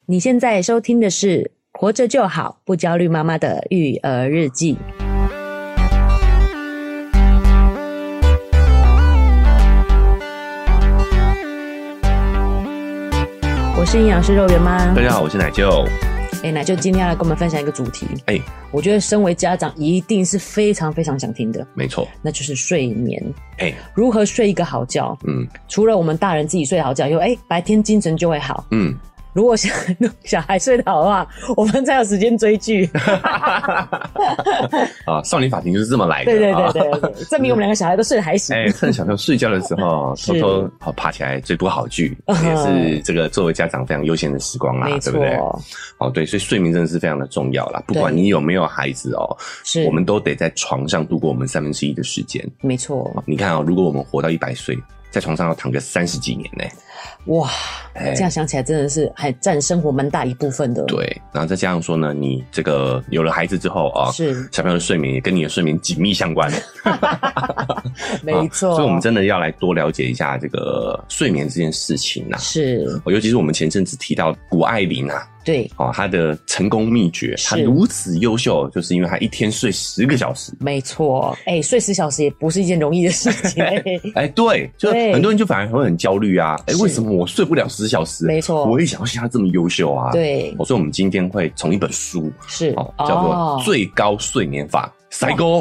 你现在收听的是《活着就好，不焦虑妈妈的育儿日记》。我是营养师肉圆妈。 大家好，我是奶舅。 奶舅今天要来跟我们分享一个主题。我觉得身为家长一定是非常非常想听的。 没错， 那就是睡眠。如何睡一个好觉？除了我们大人自己睡好觉以后，白天精神就会好。如果小孩睡得好的话，我们才有时间追剧。 少年法庭就是这么来的。 对，证明我们两个小孩都睡得还行。 趁小朋友睡觉的时候，偷偷爬起来追部好剧，也是这个作为家长非常悠闲的时光啦，对不对？对，所以睡眠真的是非常的重要啦。不管你有没有孩子我们都得在床上度过我们1/3的时间。没错。你看如果我们活到100岁，在床上要躺个30几年呢。哇，这样想起来真的是还占生活蛮大一部分的。对，然后再加上说呢，你这个有了孩子之后是小朋友的睡眠也跟你的睡眠紧密相关。没错。所以我们真的要来多了解一下这个睡眠这件事情啊。是，尤其是我们前阵子提到谷爱凌啊。对，他的成功秘诀，他如此优秀，就是因为他一天睡10个小时。没错，睡10小时也不是一件容易的事情。对，就很多人就反而会很焦虑啊。为什么我睡不了10小时？没错，我也想要像他这么优秀啊。对，所以我们今天会从一本书叫做《最高睡眠法》。塞沟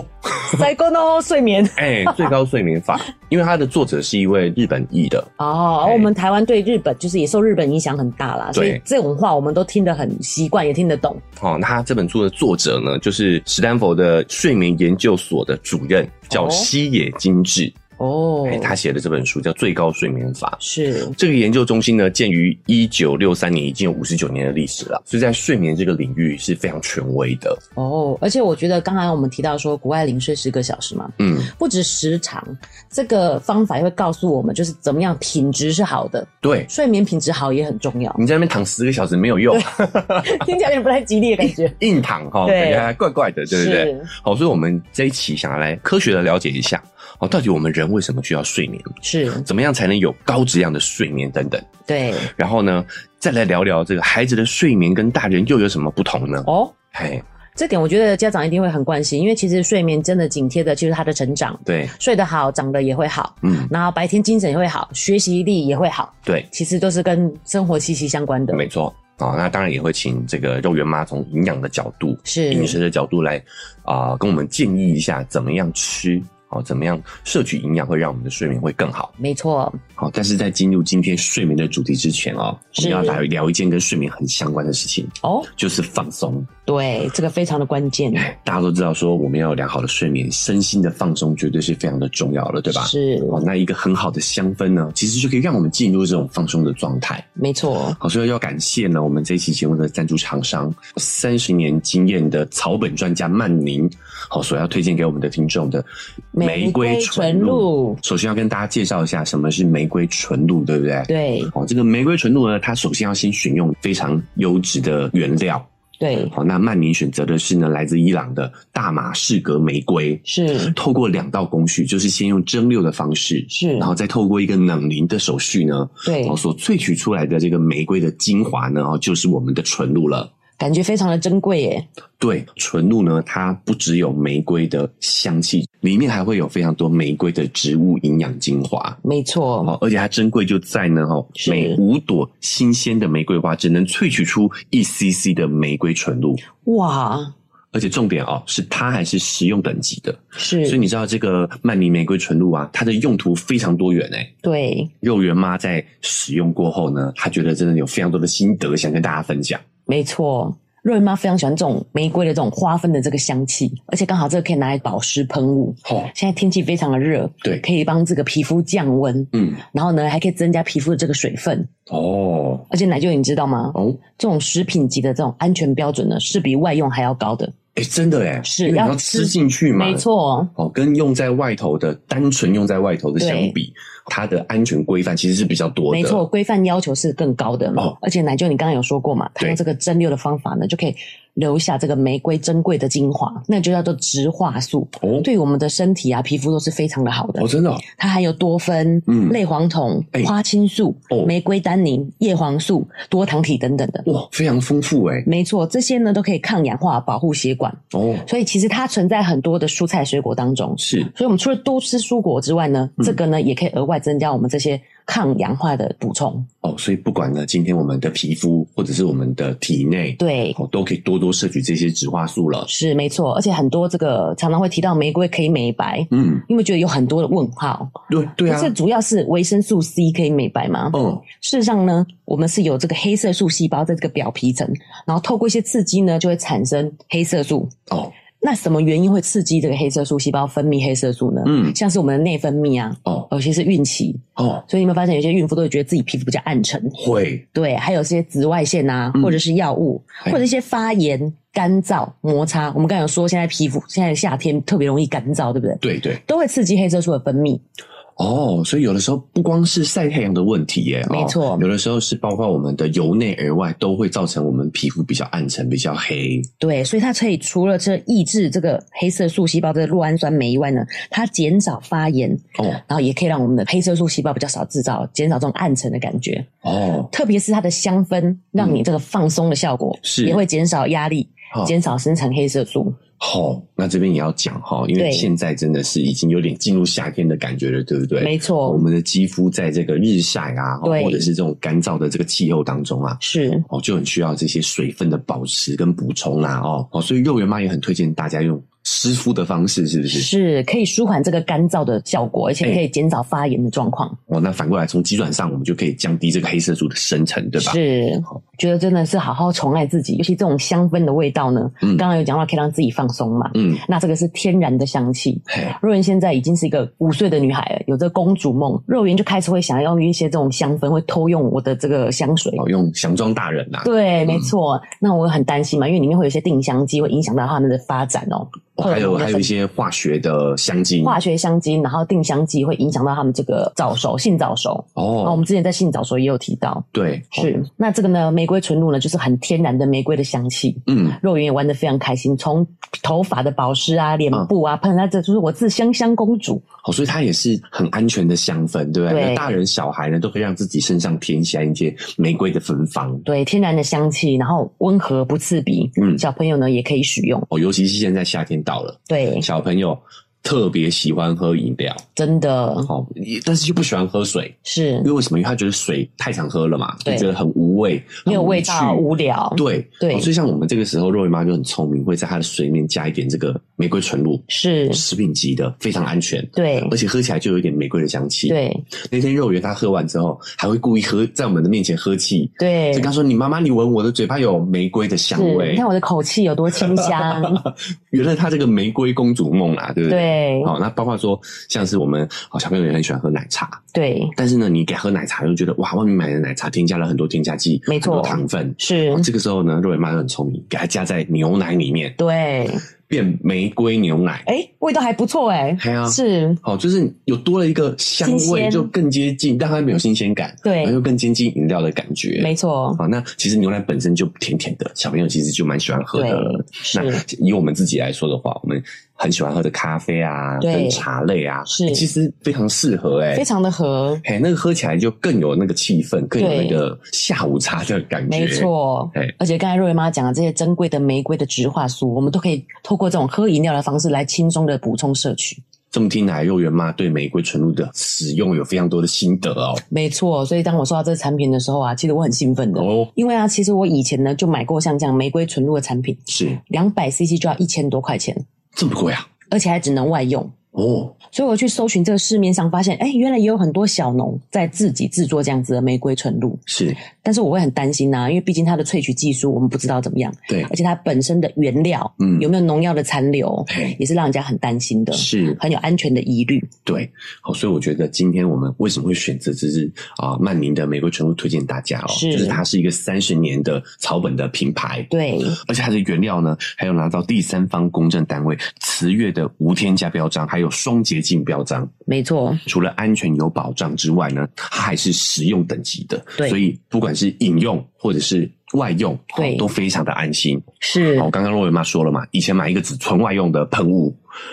no 睡眠。最高睡眠法，因为它的作者是一位日本裔的。我们台湾对日本就是也受日本影响很大啦，所以这种话我们都听得很习惯，也听得懂。那他这本书的作者呢，就是史丹佛的睡眠研究所的主任，叫西野精治。他写的这本书叫《最高睡眠法》。是，这个研究中心呢，建于1963年，已经有59年的历史了，所以在睡眠这个领域是非常权威的。而且我觉得刚才我们提到说谷爱凌睡10个小时嘛，不止时长，这个方法也会告诉我们就是怎么样品质是好的。对，睡眠品质好也很重要。你在那边躺10个小时没有用，听起来有点不太吉利的感觉。硬躺感觉还怪怪的，对不对？所以我们这一期想要来科学的了解一下。到底我们人为什么需要睡眠？是怎么样才能有高质量的睡眠等等？对，然后呢，再来聊聊这个孩子的睡眠跟大人又有什么不同呢？这点我觉得家长一定会很关心，因为其实睡眠真的紧贴的就是他的成长。对，睡得好，长得也会好。然后白天精神也会好，学习力也会好。对，其实都是跟生活息息相关的。没错。那当然也会请这个肉圆妈从营养的角度、饮食的角度来跟我们建议一下怎么样吃。怎么样摄取营养会让我们的睡眠会更好？没错。但是在进入今天睡眠的主题之前我们要来聊一件跟睡眠很相关的事情就是放松。对，这个非常的关键。大家都知道说我们要有良好的睡眠，身心的放松绝对是非常的重要了，对吧？是。那一个很好的香氛呢，其实就可以让我们进入这种放松的状态。没错。所以要感谢呢我们这一期节目的赞助厂商30年经验的草本专家曼宁所要推荐给我们的听众的玫瑰纯露。首先要跟大家介绍一下什么是玫瑰纯露，对不对？对。这个玫瑰纯露呢，它首先要先选用非常优质的原料。对。那曼宁选择的是呢来自伊朗的大马士革玫瑰。是。透过2道工序，就是先用蒸馏的方式，是，然后再透过一个冷凝的手续呢，对，所萃取出来的这个玫瑰的精华呢，就是我们的纯露了。感觉非常的珍贵耶。对，纯露呢，它不只有玫瑰的香气，里面还会有非常多玫瑰的植物营养精华。没错。而且它珍贵就在呢每5朵新鲜的玫瑰花只能萃取出1cc 的玫瑰纯露。哇！而且重点是它还是食用等级的。是。所以你知道这个曼宁玫瑰纯露它的用途非常多元对。肉圆妈在使用过后呢，她觉得真的有非常多的心得想跟大家分享。没错，肉圆妈非常喜欢这种玫瑰的这种花氛的这个香气，而且刚好这个可以拿来保湿喷雾。现在天气非常的热，对，可以帮这个皮肤降温。然后呢，还可以增加皮肤的这个水分。而且奶舅你知道吗？这种食品级的这种安全标准呢，是比外用还要高的。真的耶，是要吃进去嘛？没错。跟用在外头的单纯用在外头的相比， 它的安全规范其实是比较多的。 没错，规范要求是更高的。而且奶舅你刚刚有说过嘛，它用这个蒸馏的方法呢，就可以留下这个玫瑰珍贵的精华，那就叫做植化素。对于我们的身体啊、皮肤都是非常的好的。 真的它含有多酚、类黄酮、花青素、玫瑰单宁、叶黄素、多糖体等等的。 非常丰富没错，这些呢都可以抗氧化、保护血管。所以其实它存在很多的蔬菜水果当中。 是， 所以我们除了多吃蔬果之外呢，这个呢也可以额外增加我们这些抗氧化的补充。 所以不管呢今天我们的皮肤或者是我们的体内， 对， 都可以多多摄取这些植化素了。 是，没错。而且很多这个常常会提到玫瑰可以美白，因为觉得有很多的问号。 对啊， 这主要是维生素 C 可以美白吗？事实上呢，我们是有这个黑色素细胞在这个表皮层，然后透过一些刺激呢，就会产生黑色素。那什么原因会刺激这个黑色素细胞分泌黑色素呢？像是我们的内分泌啊，尤其是孕期所以你们发现有些孕妇都会觉得自己皮肤比较暗沉， 会， 对，还有些紫外线啊，或者是药物，或者一些发炎、干燥、摩擦。我们刚才有说，现在皮肤现在夏天特别容易干燥，对不对？ 对， 都会刺激黑色素的分泌。 所以有的时候不光是晒太阳的问题耶， 没错， 有的时候是包括我们的由内而外都会造成我们皮肤比较暗沉、比较黑。对， 所以它可以除了这抑制这个黑色素细胞的酪氨酸酶以外呢，它减少发炎然后也可以让我们的黑色素细胞比较少制造，减少这种暗沉的感觉。特别是它的香氛，让你这个放松的效果，也会减少压力，减少生成黑色素。 那这边也要讲因为现在真的是已经有点进入夏天的感觉了，对不对？ 没错， 我们的肌肤在这个日晒啊，或者是这种干燥的这个气候当中啊， 是就很需要这些水分的保持跟补充啦所以肉圆妈也很推荐大家用湿敷的方式，是不是？ 是，可以舒缓这个干燥的效果，而且可以减少发炎的状况。 那反过来从基转上，我们就可以降低这个黑色素的生成，对吧？ 是，觉得真的是好好宠爱自己，尤其这种香氛的味道呢，刚刚有讲到可以让自己放松嘛，那这个是天然的香气。肉圆现在已经是一个5岁的女孩了，有这公主梦，肉圆就开始会想要用一些这种香氛，会偷用我的这个香水， 用香妆大人啊。 对，没错。那我很担心嘛，因为里面会有一些定香剂，会影响到他们的发展还有一些化学的香精， 然后定香剂会影响到他们这个性早熟。我们之前在性早熟也有提到。 对， 是。那这个呢，玫瑰纯露呢，就是很天然的玫瑰的香气。肉圆也玩得非常开心，从头发的保湿啊、脸部啊，喷在这就是我是香香公主。 所以它也是很安全的香氛，对不对？对，大人小孩呢都可以让自己身上添加一些玫瑰的芬芳。 对，天然的香气，然后温和不刺鼻。小朋友呢也可以使用。 尤其是现在夏天到了， 对， 小朋友特别喜欢喝饮料， 真的但是就不喜欢喝水， 是因为为什么？因为他觉得水太常喝了嘛，就觉得很无味， 没有味道，无聊。 对，所以像我们这个时候，肉圆妈就很聪明，会在它的水里面加一点这个玫瑰纯露， 是食品级的，非常安全。 对， 而且喝起来就有一点玫瑰的香气。 对， 那天肉圆他喝完之后，还会故意在我们的面前喝气。 对， 就跟他说：“你妈妈，你闻我的嘴巴有玫瑰的香味， 你看我的口气有多清香。” 原来他这个玫瑰公主梦啊，对不对？ 对。 那包括说像是我们小朋友也很喜欢喝奶茶， 对， 但是呢你给他喝奶茶又觉得哇，外面买的奶茶添加了很多添加剂， 没错， 很多糖分， 是这个时候呢肉圆妈就很聪明，给它加在牛奶里面， 对， 变玫瑰牛奶， 味道还不错是就是有多了一个香味，就更接近，但它没有新鲜感， 对， 又更接近饮料的感觉， 没错。 那其实牛奶本身就甜甜的，小朋友其实就蛮喜欢喝的。那以我们自己来说的话，我们很喜欢喝的咖啡啊，跟茶类啊， 是其实非常适合非常的合， 那个喝起来就更有那个气氛，更有那个下午茶的感觉， 没错。而且刚才肉圆妈讲的这些珍贵的玫瑰的植化素，我们都可以透过这种喝饮料的方式来轻松的补充摄取。 这么听来，肉圆妈对玫瑰纯露的使用有非常多的心得没错，所以当我收到这个产品的时候啊，其实我很兴奋的因为啊，其实我以前呢就买过像这样玫瑰纯露的产品， 是 200cc 就要1000多块钱， 这么贵啊！ 而且还只能外用所以我去搜寻这个市面上发现，原来也有很多小农在自己制作这样子的玫瑰纯露， 是。 但是我会很担心因为毕竟它的萃取技术我们不知道怎么样， 对， 而且它本身的原料有没有农药的残留，也是让人家很担心的， 是很有安全的疑虑。 对，所以我觉得今天我们为什么会选择这支曼宁的玫瑰纯露推荐大家就是它是一个30年的草本的品牌， 对， 而且它的原料呢还有拿到第三方公证单位慈悦的无添加标章，还有有双洁净标章。 没错， 除了安全有保障之外呢，它还是实用等级的。 对， 所以不管是饮用或者是外用， 对， 都非常的安心。 是， 刚刚若维妈说了嘛，以前买一个只纯外用的喷雾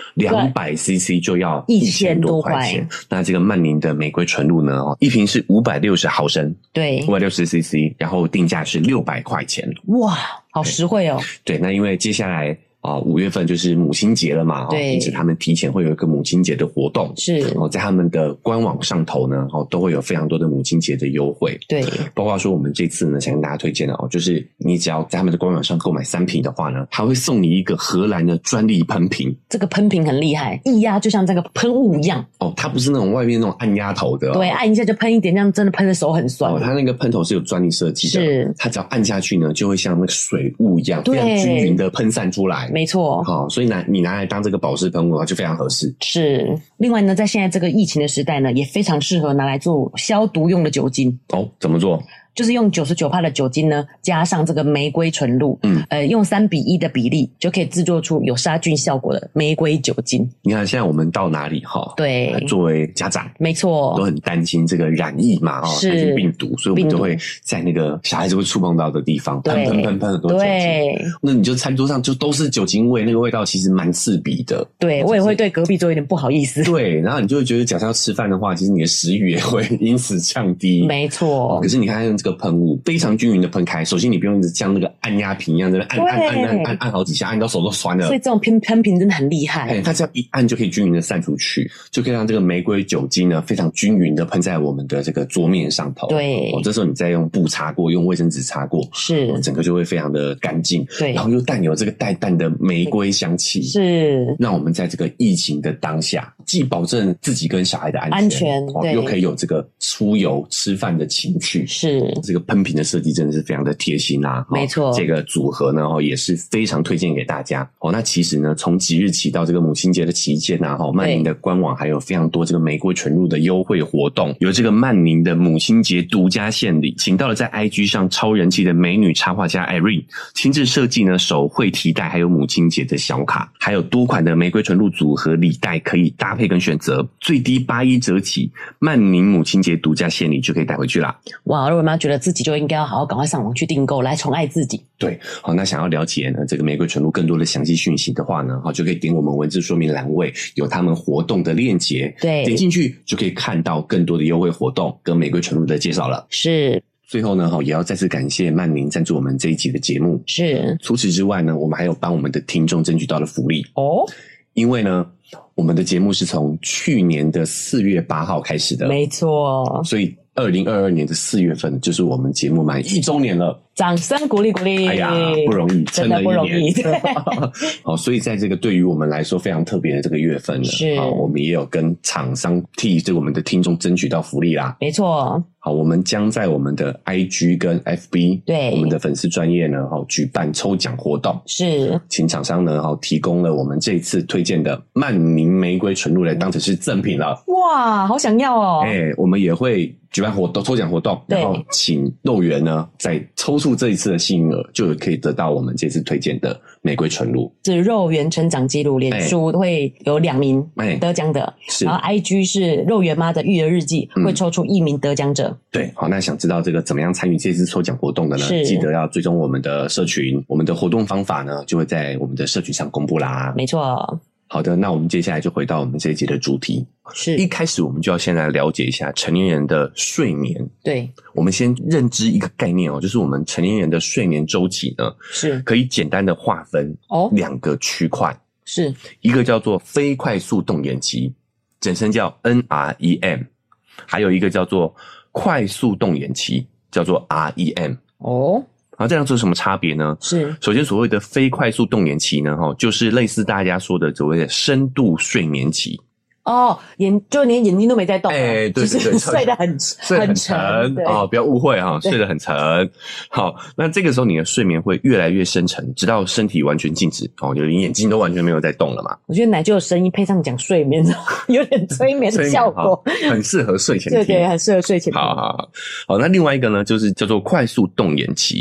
，200cc 就要1000多块钱。那这个曼宁的玫瑰纯露呢，一瓶是560毫升， 对 ，560cc， 然后定价是600块钱。 哇，好实惠哦。 对，那因为接下来5月份就是母亲节了嘛，因此他们提前会有一个母亲节的活动， 是在他们的官网上头呢，都会有非常多的母亲节的优惠， 对， 包括说我们这次呢，想跟大家推荐的就是你只要在他们的官网上购买3瓶的话呢，还会送你一个荷兰的专利喷瓶。 这个喷瓶很厉害，一压就像这个喷雾一样它不是那种外面那种按压头的， 对，按一下就喷一点，这样真的喷的手很酸。 它那个喷头是有专利设计的，是它只要按下去呢，就会像那个水雾一样，非常均匀的喷散出来。 没错， 所以你拿来当这个保湿喷雾就非常合适。 是，另外呢，在现在这个疫情的时代呢，也非常适合拿来做消毒用的酒精。 怎么做？ 就是用99%的酒精呢，加上这个玫瑰纯露，用3:1的比例，就可以制作出有杀菌效果的玫瑰酒精。 你看现在我们到哪里对，作为家长， 没错， 都很担心这个染疫嘛，担心病毒，所以我们就会在那个小孩子会触碰到的地方喷很多酒精。那你就餐桌上就都是酒精味，那个味道其实蛮刺鼻的。 对，我也会对隔壁桌有点不好意思。 对，然后你就会觉得假设要吃饭的话，其实你的食欲也会因此降低。 没错。 可是你看用这个喷雾非常均匀的喷开，首先你不用一直像那个按压瓶一样在那按好几下，按到手都酸了。 所以这种喷瓶真的很厉害。 它只要一按就可以均匀的散出去，就可以让这个玫瑰酒精呢非常均匀的喷在我们的这个桌面上头。 对， 这时候你再用布擦过，用卫生纸擦过， 是整个就会非常的干净。 对， 然后又带有这个淡淡的玫瑰香气， 是让我们在这个疫情的当下，既保证自己跟小孩的安全，又可以有这个出游吃饭的情趣。 是这个喷瓶的设计真的是非常的贴心啦， 没错。 这个组合呢也是非常推荐给大家。那其实呢，从即日起到这个母亲节的期间曼宁的官网还有非常多这个玫瑰纯露的优惠活动，有这个曼宁的母亲节独家献礼，请到了在 IG 上超人气的美女插画家 Irene 亲自设计呢手绘提袋，还有母亲节的小卡，还有多款的玫瑰纯露组合礼袋可以搭配跟选择，最低81折起，曼宁母亲节独家献礼就可以带回去啦。 哇，如果妈觉得自己就应该要好好赶快上网去订购，来宠爱自己。 对，那想要了解呢这个玫瑰纯露更多的详细讯息的话呢，就可以点我们文字说明栏位有他们活动的链接， 对， 点进去就可以看到更多的优惠活动跟玫瑰纯露的介绍了。 是。 最后呢，也要再次感谢曼宁赞助我们这一集的节目。 是。 除此之外呢，我们还有帮我们的听众争取到了福利因为呢我们的节目是从去年的4月8号开始的， 没错， 所以2022年的4月份就是我们节目满1周年了， 掌声鼓励鼓励。 哎呀，不容易， 真的不容易。 所以在这个对于我们来说非常特别的这个月份呢，我们也有跟厂商替这个我们的听众争取到福利啦。 没错。 好，我们将在我们的 IG 跟 FB 对我们的粉丝专页呢举办抽奖活动， 是请厂商呢提供了我们这次推荐的曼宁玫瑰纯露来当成是赠品了。 哇，好想要哦。 我们也会举办抽奖活动，然后请肉圆呢在抽出这一次的幸运儿，就可以得到我们这次推荐的玫瑰纯露。 是肉圆成长记录，脸书会有2名得奖者，然后 IG 是肉圆妈的育儿日记，会抽出1名得奖者。 对，好，那想知道这个怎么样参与这次抽奖活动的呢？记得要追踪我们的社群，我们的活动方法呢就会在我们的社群上公布啦。 没错。 好的，那我们接下来就回到我们这一集的主题。 是， 一开始我们就要先来了解一下成年人的睡眠。 对， 我们先认知一个概念就是我们成年人的睡眠周期呢，是可以简单的划分2个区块， 是一个叫做非快速动眼期，简称叫 NREM， 还有一个叫做快速动眼期，叫做 REM。然后这样做有什么差别呢？是，首先所谓的非快速动眼期呢，就是类似大家说的所谓的深度睡眠期。 就连眼睛都没在动， 对对对， 睡得很沉不要误会睡得很沉。好，那这个时候你的睡眠会越来越深沉，直到身体完全静止就连眼睛都完全没有在动了嘛。 我觉得奶就有声音配上讲睡眠，有点催眠的效果， 很适合睡前听。 对，很适合睡前听。 好，那另外一个呢，就是叫做快速动眼期。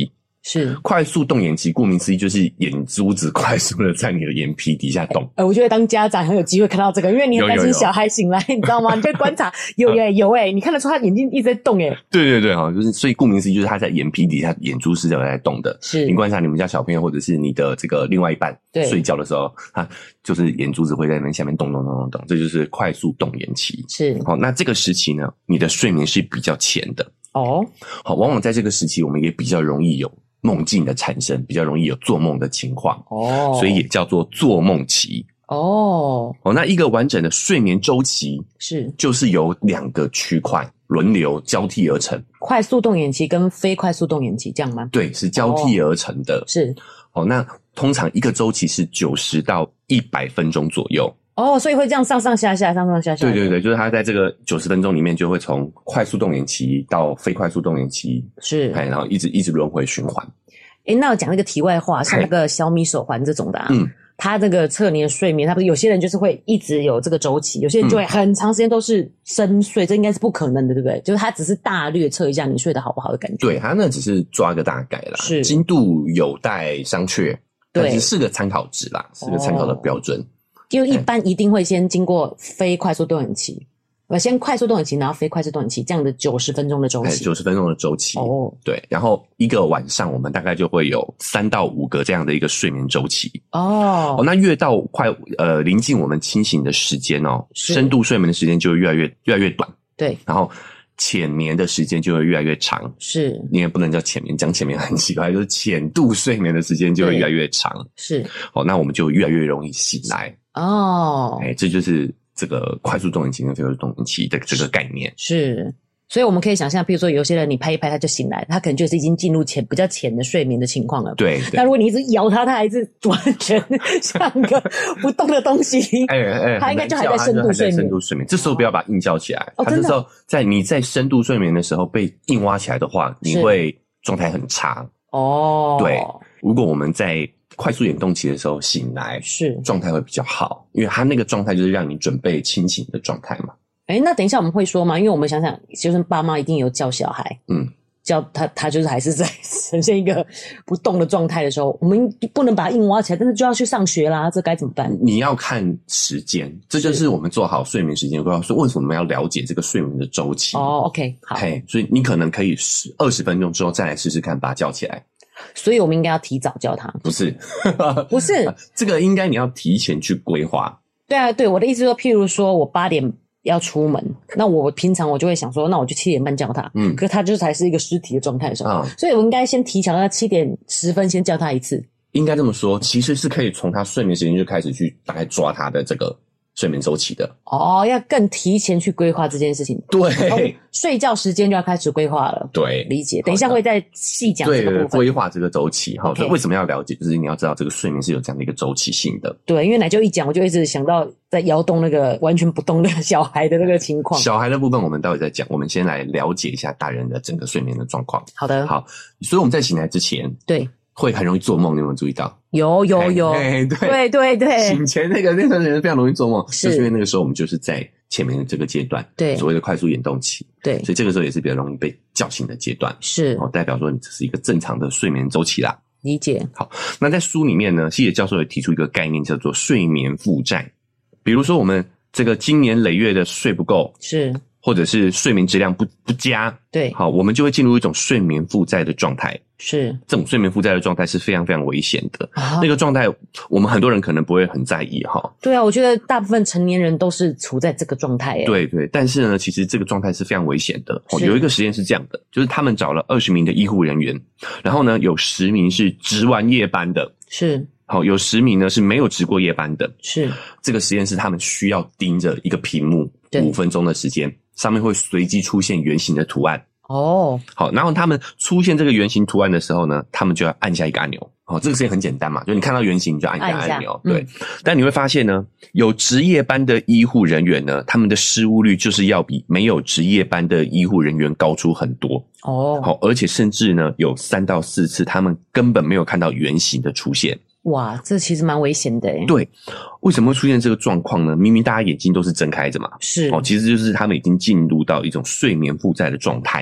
是快速动眼期，顾名思义就是眼珠子快速的在你的眼皮底下动。 我觉得当家长很有机会看到这个，因为你很担心小孩醒来，你知道吗？你就观察，有你看得出他眼睛一直在动对对对，就是所以顾名思义就是他在眼皮底下眼珠是在动的。 是， 你观察你们家小朋友或者是你的这个另外一半睡觉的时候，他就是眼珠子会在那下面动，这就是快速动眼期。 是， 好，那这个时期呢，你的睡眠是比较浅的。好，往往在这个时期，我们也比较容易有梦境的产生，比较容易有做梦的情况。所以也叫做做梦期。那一个完整的睡眠周期就是由2个区块轮流交替而成， 快速动眼期跟非快速动眼期，这样吗？ 对，是交替而成的。 是。 那通常一个周期是90到100分钟左右。 所以会这样上上下下。对对对，就是它在这个90分钟里面就会从快速动眼期到非快速动眼期，是，然后一直轮回循环。 那我讲那个题外话，像那个小米手环这种的它这个测你的睡眠，它不是有些人就是会一直有这个周期，有些人就会很长时间都是深睡，这应该是不可能的，对不对？就是它只是大略测一下你睡得好不好的感觉。 对，它那只是抓个大概啦，是精度有待商榷，但是个参考值啦，是个参考的标准。 因为一般一定会先经过非快速动眼期，先快速动眼期，然后非快速动眼期，这样的90分钟的周期。90 分钟的周期。对，然后一个晚上我们大概就会有3到5个这样的一个睡眠周期。那越到临近我们清醒的时间深度睡眠的时间就会越来越短。对，然后浅眠的时间就会越来越长。是，因为不能叫浅眠，讲浅眠很奇怪，就是浅度睡眠的时间就会越来越长。是，那我们就越来越容易醒来。这就是这个快速动眼期跟非快速动眼期的这个概念。是，所以我们可以想象，比如说有些人你拍一拍他就醒来，他可能就是已经进入比较浅的睡眠的情况了。对，那如果你一直摇他还是完全像个不动的东西，他应该就还在深度睡眠。 这时候不要把硬叫起来，他这时候你在深度睡眠的时候被硬挖起来的话，你会状态很差。对，如果我们在快速眼动期的时候醒来，是状态会比较好，因为他那个状态就是让你准备清醒的状态嘛。 那等一下我们会说嘛，因为我们想想，就是爸妈一定有教小孩，叫他就是还是在呈现一个不动的状态的时候，我们不能把他硬挖起来，但是就要去上学啦，这该怎么办？ 你要看时间，这就是我们做好睡眠时间规划。所以为什么我们要了解这个睡眠的周期 ？OK， 好。 所以你可能可以20分钟之后再来试试看，把他叫起来。 所以我们应该要提早叫他， 不是不是这个应该你要提前去规划。 对啊，对，我的意思说，譬如说我8点要出门，那我平常我就会想说，那我就7点半叫他，可是他就是还是一个尸体的状态的时候，所以我应该先提前到7点10分先叫他一次。 应该这么说，其实是可以从他睡眠时间就开始去大概抓他的这个睡眠周期的。 要更提前去规划这件事情。对，睡觉时间就要开始规划了。对，理解。等一下会再细讲这个部分。 对，规划这个周期。所以为什么要了解？就是你要知道这个睡眠是有这样的一个周期性的。 对，因为奶就一讲，我就一直想到在摇动那个完全不动的小孩的那个情况。 小孩的部分我们待会再讲，我们先来了解一下大人的整个睡眠的状况。 好的。 好，所以我们在醒来之前，对，会很容易做梦，你有没有注意到？ 有，对， 醒前那段时间非常容易做梦，就是因为那个时候我们就是在前面的这个阶段，对，所谓的快速眼动期，对，所以这个时候也是比较容易被叫醒的阶段，是，代表说你这是一个正常的睡眠周期啦。 理解。 好，那在书里面呢，西野教授也提出一个概念叫做睡眠负债，比如说我们这个经年累月的睡不够，是，或者是睡眠质量不佳，对，好，我们就会进入一种睡眠负债的状态。是，这种睡眠负债的状态是非常非常危险的。那个状态，我们很多人可能不会很在意哈。 对啊，我觉得大部分成年人都是处在这个状态。 对，但是呢，其实这个状态是非常危险的。有一个实验是这样的，就是他们找了20名的医护人员，然后呢，有10名是值完夜班的，是，好，有10名呢是没有值过夜班的，是。这个实验室他们需要盯着一个屏幕5分钟的时间，上面会随机出现圆形的图案。好，然后他们出现这个圆形图案的时候呢，他们就要按下一个按钮。这个实验很简单嘛，就你看到圆形你就按一下按钮，对。但你会发现呢，有值夜班的医护人员呢，他们的失误率就是要比没有值夜班的医护人员高出很多。好，而且甚至呢，有3到4次他们根本没有看到圆形的出现。 哇，这其实蛮危险的耶。 对，为什么会出现这个状况呢？明明大家眼睛都是睁开着嘛，是，其实就是他们已经进入到一种睡眠负债的状态。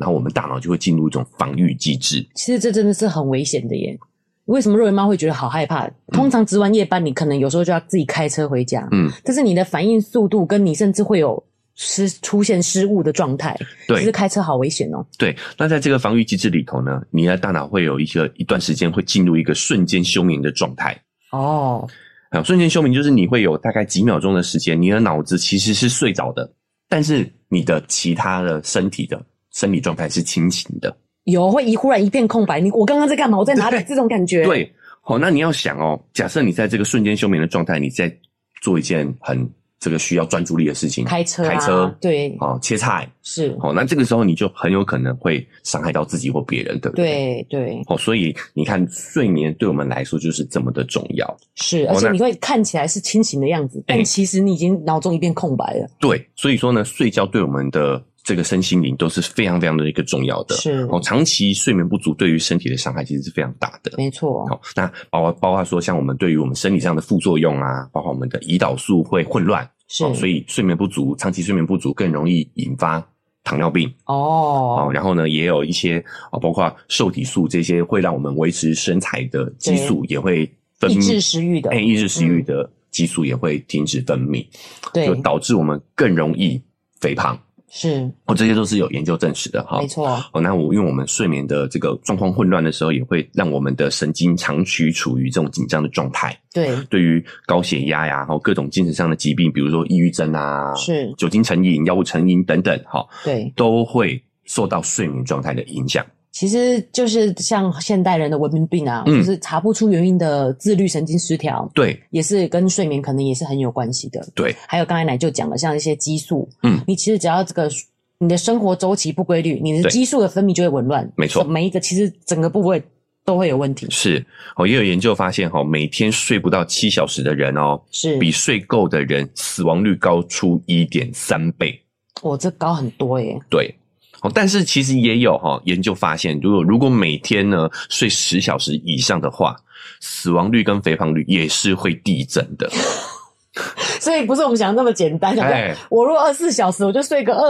然后我们大脑就会进入一种防御机制。 其实这真的是很危险的耶。为什么肉圆妈会觉得好害怕？通常值完夜班，你可能有时候就要自己开车回家，但是你的反应速度跟你甚至会有出现失误的状态， 对， 其实开车好危险哦。 对，那在这个防御机制里头呢，你的大脑会有一段时间会进入一个瞬间休眠的状态。 哦， 瞬间休眠就是你会有大概几秒钟的时间，你的脑子其实是睡着的，但是你的其他的身体的生理状态是清醒的。 会忽然一片空白，我刚刚在干嘛？我在哪里？这种感觉。 对，好，那你要想哦，假设你在这个瞬间休眠的状态，你在做一件很这个需要专注力的事情， 开车，对， 切菜是， 那这个时候你就很有可能会伤害到自己或别人，对不对？ 对， 所以你看，睡眠对我们来说就是这么的重要。 是，而且你会看起来是清醒的样子，但其实你已经脑中一片空白了。 对，所以说呢，睡觉对我们的这个身心灵都是非常非常的一个重要的。 是， 长期睡眠不足对于身体的伤害其实是非常大的。 没错。 那包括说像我们对于我们生理上的副作用啊，包括我们的胰岛素会混乱。 是， 所以睡眠不足，长期睡眠不足更容易引发糖尿病。然后呢，也有一些包括瘦体素这些会让我们维持身材的激素也会分泌，抑制食欲的激素也会停止分泌，对，就导致我们更容易肥胖。 是， 这些都是有研究证实的哈。 没错。 那因为我们睡眠的这个状况混乱的时候，也会让我们的神经长期处于这种紧张的状态。 对， 对于高血压呀，各种精神上的疾病，比如说抑郁症啊， 是酒精成瘾、药物成瘾等等， 对， 都会受到睡眠状态的影响。 其实就是像现代人的文明病啊，就是查不出原因的自律神经失调， 对， 也是跟睡眠可能也是很有关系的。 对， 还有刚才奶就讲了，像一些激素，你其实只要你的生活周期不规律，你的激素的分泌就会紊乱。 没错， 每一个其实整个部位都会有问题。 是，也有研究发现每天睡不到7小时的人是比睡够的人死亡率高出 1.3 倍。 这高很多耶。 对。但是其实也有研究发现，如果每天呢睡10小时以上的话，死亡率跟肥胖率也是会递增的。 所以不是我们想的那么简单，我如果24小时，我就睡个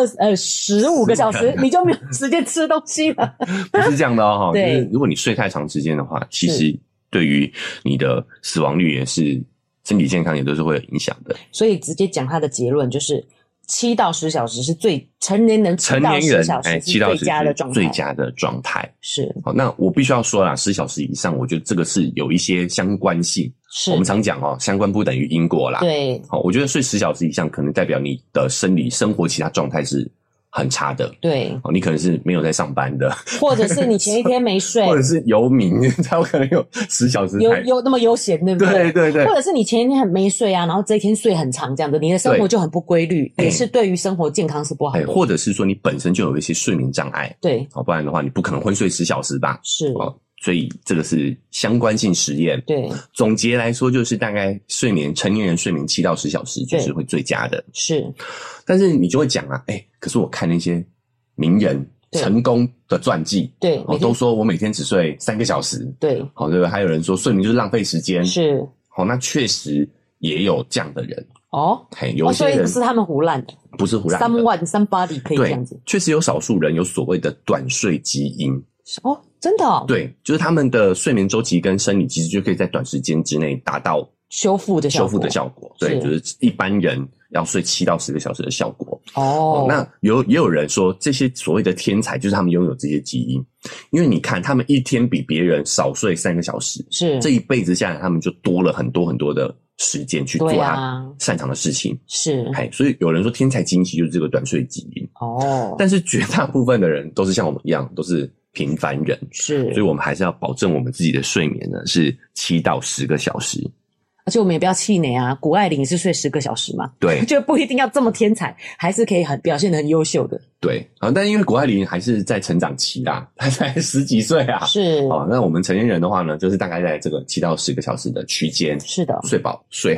15个小时，你就没有时间吃东西了。 不是这样的对， 就是如果你睡太长时间的话，其实对于你的死亡率也是身体健康也都是会有影响的。 所以直接讲他的结论就是7到10小时是成年人7到10小时是最佳的状态， 最佳的状态是。 好，那我必须要说啦，10小时以上，我觉得这个是有一些相关性。是，我们常讲相关不等于因果啦。 对， 我觉得睡10小时以上，可能代表你的生活其他状态是很差的。 对， 你可能是没有在上班的， 或者是你前一天没睡， 或者是游民，才有可能有10小时有那么悠闲，对不对？ 对， 或者是你前一天没睡啊，然后这一天睡很长，这样的，你的生活就很不规律，也是对于生活健康是不好的。 或者是说你本身就有一些睡眠障碍， 对， 不然的话你不可能昏睡10小时吧？ 是。 所以这个是相关性实验。 对， 总结来说就是大概成年人睡眠7到10小时就是会最佳的。 是， 但是你就会讲啊，可是我看那些名人成功的传记， 对， 都说我每天只睡3个小时， 对， 对不对？还有人说睡眠就是浪费时间， 是， 那确实也有这样的人有些人所以不是他们胡乱的， 不是胡乱的 ，somebody 可以这样子， 确实有少数人有所谓的短睡基因。 真的对，就是他们的睡眠周期跟生理其实就可以在短时间之内达到修复的效果。 对，就是一般人要睡7到10个小时的效果。那也有人说这些所谓的天才就是他们拥有这些基因，因为你看他们一天比别人少睡3个小时， 是这一辈子下来他们就多了很多很多的时间去做他擅长的事情。 是， 所以有人说天才基因就是这个短睡基因。但是绝大部分的人都是像我们一样，都是平凡人， 是， 所以我们还是要保证我们自己的睡眠呢是7到10个小时。 而且我们也不要气馁啊，谷爱凌也是睡10个小时嘛， 对， 就不一定要这么天才，还是可以表现得很优秀的。 对，但因为谷爱凌还是在成长期啦，她才10几岁啊， 是。 那我们成年人的话呢，就是大概在这个7到10个小时的区间， 是的， 睡饱睡好。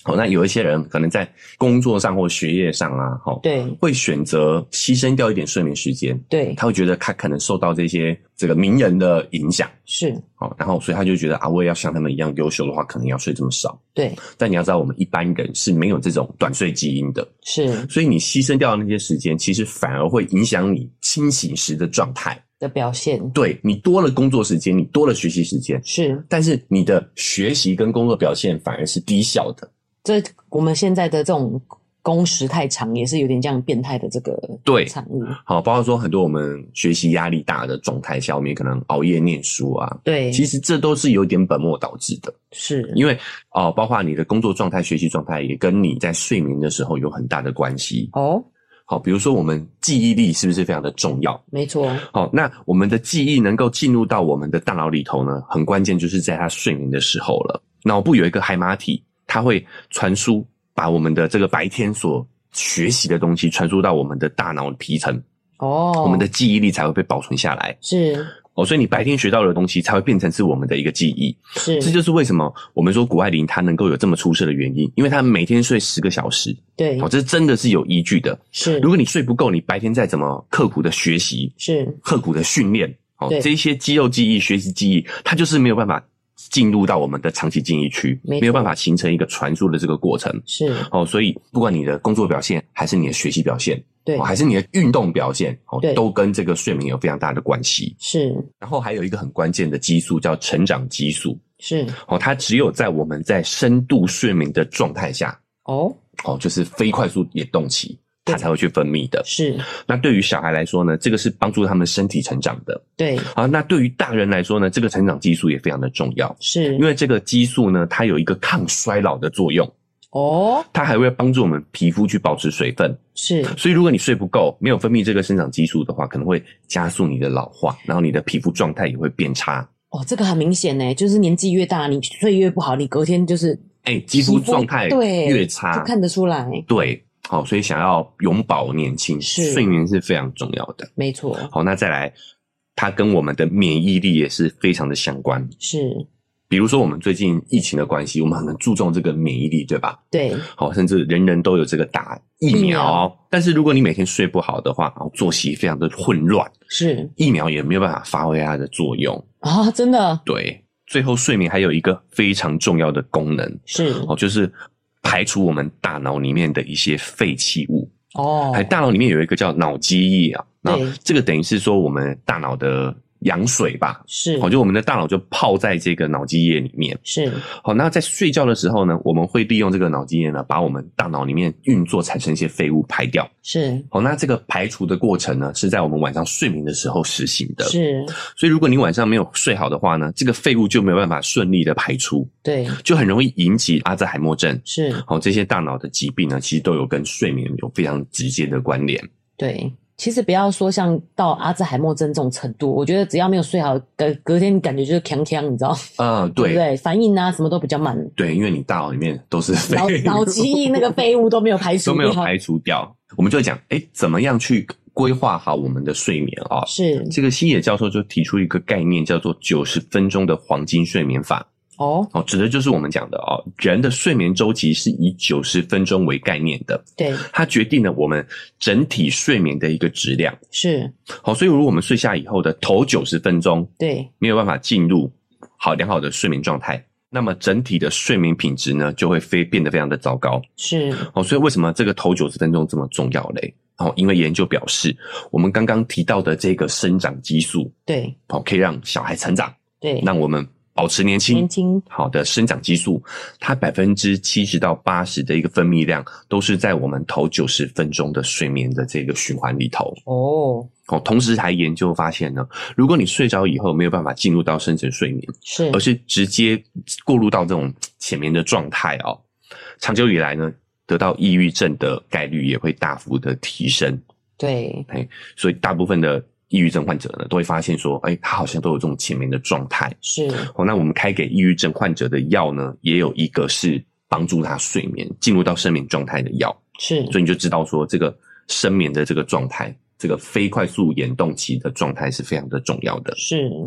那有一些人可能在工作上或学业上啊， 对， 会选择牺牲掉一点睡眠时间， 对， 他会觉得他可能受到这个名人的影响， 是， 然后所以他就觉得我也要像他们一样优秀的话，可能要睡这么少， 对。 但你要知道，我们一般人是没有这种短睡基因的， 是， 所以你牺牲掉的那些时间，其实反而会影响你清醒时的状态的表现。 对，你多了工作时间，你多了学习时间， 是， 但是你的学习跟工作表现反而是低效的。 这我们现在的这种工时太长，也是有点这样变态的这个产物。 好，包括说很多我们学习压力大的状态下，我们也可能熬夜念书啊。 对， 其实这都是有点本末倒置的。 是， 因为包括你的工作状态、学习状态，也跟你在睡眠的时候有很大的关系。好，比如说我们记忆力是不是非常的重要？ 没错。 好，那我们的记忆能够进入到我们的大脑里头呢，很关键就是在他睡眠的时候了。脑部有一个海马体，它会传输，把我们的这个白天所学习的东西传输到我们的大脑皮层。我们的记忆力才会被保存下来。 是。 所以你白天学到的东西才会变成是我们的一个记忆。 是， 这就是为什么我们说谷爱凌她能够有这么出色的原因，因为她每天睡10个小时。 对， 这真的是有依据的。 是， 如果你睡不够，你白天再怎么刻苦的学习， 是刻苦的训练，这一些肌肉记忆、学习记忆，它就是没有办法进入到我们的长期记忆区，没有办法形成一个传输的这个过程。 是， 所以不管你的工作表现还是你的学习表现， 对， 还是你的运动表现， 对， 都跟这个睡眠有非常大的关系。 是， 然后还有一个很关键的激素叫成长激素。 是， 它只有在我们在深度睡眠的状态下，就是非快速眼动期，它才会去分泌的。 是， 那对于小孩来说呢，这个是帮助他们身体成长的。 对， 那对于大人来说呢，这个成长激素也非常的重要。 是， 因为这个激素呢，它有一个抗衰老的作用。它还会帮助我们皮肤去保持水分。 是， 所以如果你睡不够，没有分泌这个生长激素的话，可能会加速你的老化，然后你的皮肤状态也会变差。 这个很明显耶，就是年纪越大，你睡越不好，你隔天就是肌肤状态越差， 就看得出来。 对，所以想要永葆年轻，睡眠是非常重要的。 没错。 好，那再来，它跟我们的免疫力也是非常的相关。 是。 比如说我们最近疫情的关系，我们很注重这个免疫力，对吧？ 对。 甚至人人都有这个打疫苗。但是如果你每天睡不好的话，作息非常的混乱， 是， 疫苗也没有办法发挥它的作用。 真的？ 对。最后睡眠还有一个非常重要的功能， 是， 就是排除我们大脑里面的一些废弃物。大脑里面有一个叫脑积液啊，那这个等于是说我们大脑的羊水吧。 是， 就我们的大脑就泡在这个脑积液里面。 是， 那在睡觉的时候呢，我们会利用这个脑积液呢，把我们大脑里面运作产生一些废物排掉。 是， 那这个排除的过程呢，是在我们晚上睡眠的时候实行的。 是， 所以如果你晚上没有睡好的话呢，这个废物就没有办法顺利的排出。 对， 就很容易引起阿兹海默症。 是， 这些大脑的疾病呢，其实都有跟睡眠有非常直接的关联。 对。其实不要说像到阿兹海默症这种程度，我觉得只要没有睡好，隔天感觉就是锵锵，你知道？对不对？反应啊什么都比较慢。 对，因为你大脑里面都是废物， 脑记忆那个废物都没有排除掉， 都没有排除掉。我们就会讲，怎么样去规划好我们的睡眠啊？是，这个西野教授就提出一个概念，叫做90分钟的黄金睡眠法。指的就是我们讲的人的睡眠周期是以90分钟为概念的。对，它决定了我们整体睡眠的一个质量。是，所以如果我们睡下以后的头90分钟，对，没有办法进入良好的睡眠状态，那么整体的睡眠品质呢，就会变得非常的糟糕。是，所以为什么这个头90分钟这么重要嘞？因为研究表示，我们刚刚提到的这个生长激素，对，可以让小孩成长，对，让我们保持年轻，好的生长激素，它70%到80%的一个分泌量，都是在我们头90分钟的睡眠的这个循环里头。同时还研究发现呢，如果你睡着以后没有办法进入到深层睡眠，是，而是直接过入到这种浅眠的状态长久以来呢，得到抑郁症的概率也会大幅的提升。对，所以大部分的抑郁症患者呢，都会发现说，他好像都有这种浅眠的状态。是，那我们开给抑郁症患者的药呢，也有一个是帮助他睡眠进入到深眠状态的药。是，所以你就知道说，这个深眠的这个状态，这个非快速眼动期的状态是非常的重要的。是。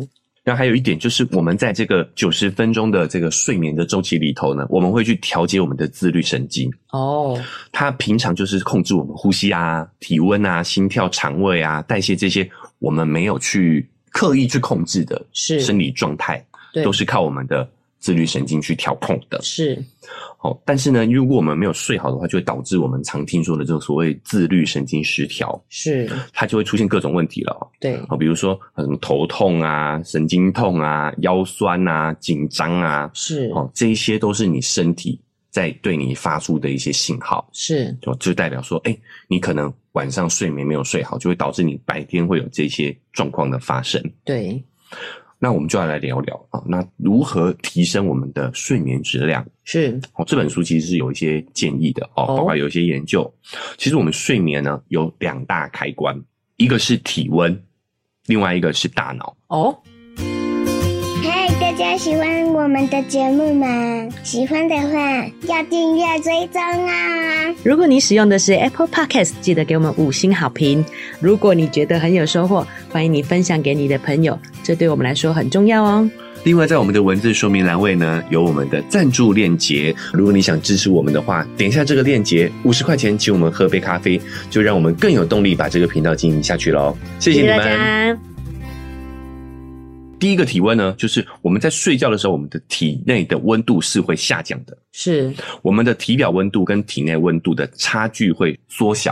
然后还有一点就是我们在这个90分钟的这个睡眠的周期里头呢，我们会去调节我们的自律神经。它平常就是控制我们呼吸啊、体温啊、心跳、肠胃啊、代谢这些我们没有去刻意去控制的生理状态，都是靠我们的自律神经去调控的。是。但是呢，如果我们没有睡好的话，就会导致我们常听说的这种所谓自律神经失调，是它就会出现各种问题了。对，比如说什么头痛啊、神经痛啊、腰酸啊、紧张啊，是这一些都是你身体在对你发出的一些信号，是就代表说，你可能晚上睡眠没有睡好，就会导致你白天会有这些状况的发生。对。那我们就要来聊聊那如何提升我们的睡眠质量？是这本书其实是有一些建议的包括有一些研究。其实我们睡眠呢有2大开关，一个是体温，另外一个是大脑。 嗨，大家喜欢我们的节目吗？喜欢的话要订阅追踪啊！ 如果你使用的是 Apple Podcast， 记得给我们5星好评。如果你觉得很有收获，欢迎你分享给你的朋友，这对我们来说很重要哦。 另外在我们的文字说明栏位呢，有我们的赞助链接，如果你想支持我们的话，点一下这个链接，50块钱请我们喝杯咖啡，就让我们更有动力把这个频道经营下去咯。谢谢你们，谢谢大家。第一个体温呢，就是我们在睡觉的时候，我们的体内的温度是会下降的，是我们的体表温度跟体内温度的差距会缩小。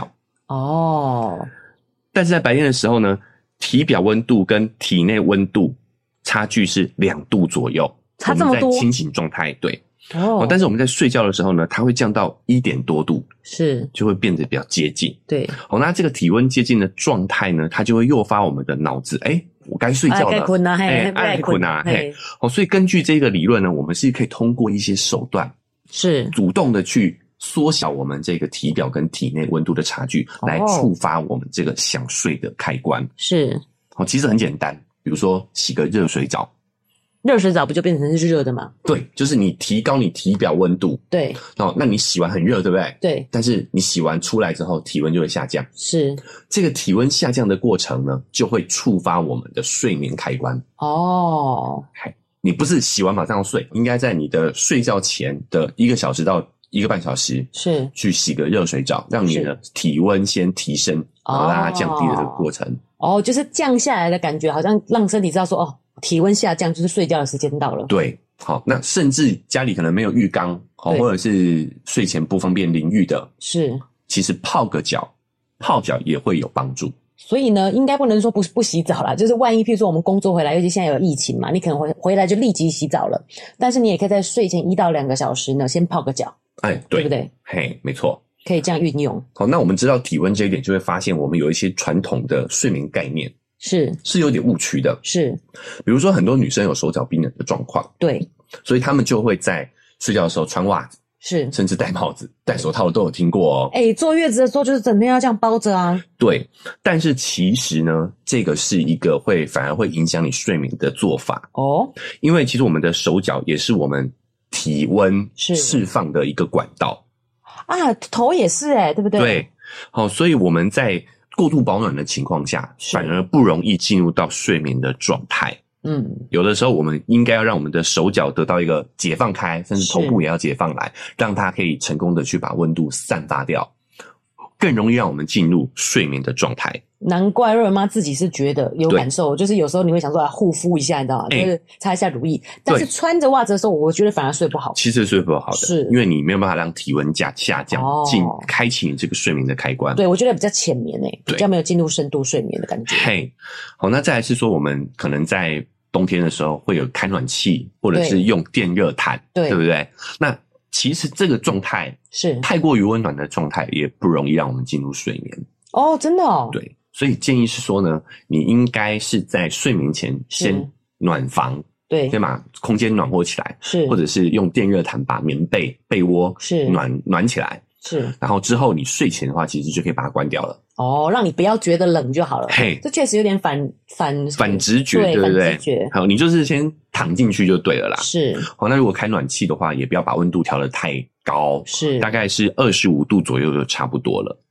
但是在白天的时候呢，体表温度跟体内温度差距是2度左右， 差这么多。 我们在清醒状态，对。但是我们在睡觉的时候呢，它会降到1点多度，是就会变得比较接近。对。那这个体温接近的状态呢，它就会诱发我们的脑子，我该睡觉了， 该困啊， 爱困啊，所以根据这个理论呢，我们是可以通过一些手段，是主动的去缩小我们这个体表跟体内温度的差距，来触发我们这个想睡的开关。是其实很简单，比如说洗个热水澡。 热水澡不就变成是热的吗？ 对，就是你提高你体表温度。对。那你洗完很热，对不对？对。但是你洗完出来之后，体温就会下降。是。这个体温下降的过程呢，就会触发我们的睡眠开关。你不是洗完马上睡，应该在你的睡觉前的1个小时到1个半小时，是去洗个热水澡，让你的体温先提升，然后让它降低的这个过程。 就是降下来的感觉，好像让身体知道说体温下降，就是睡觉的时间到了。 对，那甚至家里可能没有浴缸，或者是睡前不方便淋浴的，是其实泡脚也会有帮助。 所以呢，应该不能说不洗澡啦，就是万一譬如说我们工作回来，尤其现在有疫情嘛，你可能回来就立即洗澡了，但是你也可以在睡前1到2个小时呢，先泡个脚。对不对？ 没错， 可以这样运用。 那我们知道体温这一点，就会发现我们有一些传统的睡眠概念是有点误区的。是，比如说很多女生有手脚冰冷的状况，对，所以她们就会在睡觉的时候穿袜子，是，甚至戴帽子、戴手套都有听过坐月子的时候就是整天要这样包着啊。 对，但是其实呢，这个是一个反而会影响你睡眠的做法因为其实我们的手脚也是我们体温释放的一个管道头也是对不对？ 对，所以我们在过度保暖的情况下，反而不容易进入到睡眠的状态。有的时候我们应该要让我们的手脚得到一个解放开，甚至头部也要解放来，让它可以成功的去把温度散发掉，更容易让我们进入睡眠的状态。 难怪瑞文妈自己是觉得有感受，就是有时候你会想说护肤一下，你知道吗？就是擦一下乳液，但是穿着袜子的时候，我觉得反而睡不好。 其实睡不好的，是因为你没有办法让体温下降，开启你这个睡眠的开关。 对，我觉得比较浅眠比较没有进入深度睡眠的感觉。 好，那再来是说我们可能在冬天的时候会有开暖气，或者是用电热毯，对不对？那其实这个状态是太过于温暖的状态，也不容易让我们进入睡眠。 真的对。所以建议是说呢，你应该是在睡眠前先暖房，对，先把空间暖和起来，是，或者是用电热毯把棉被、被窝是暖起来，是，然后之后你睡前的话，其实就可以把它关掉了。 让你不要觉得冷就好了。这确实有点反直觉，对不对？好，你就是先躺进去就对了啦。是，那如果开暖气的话，也不要把温度调得太高，是，大概是25度左右就差不多了。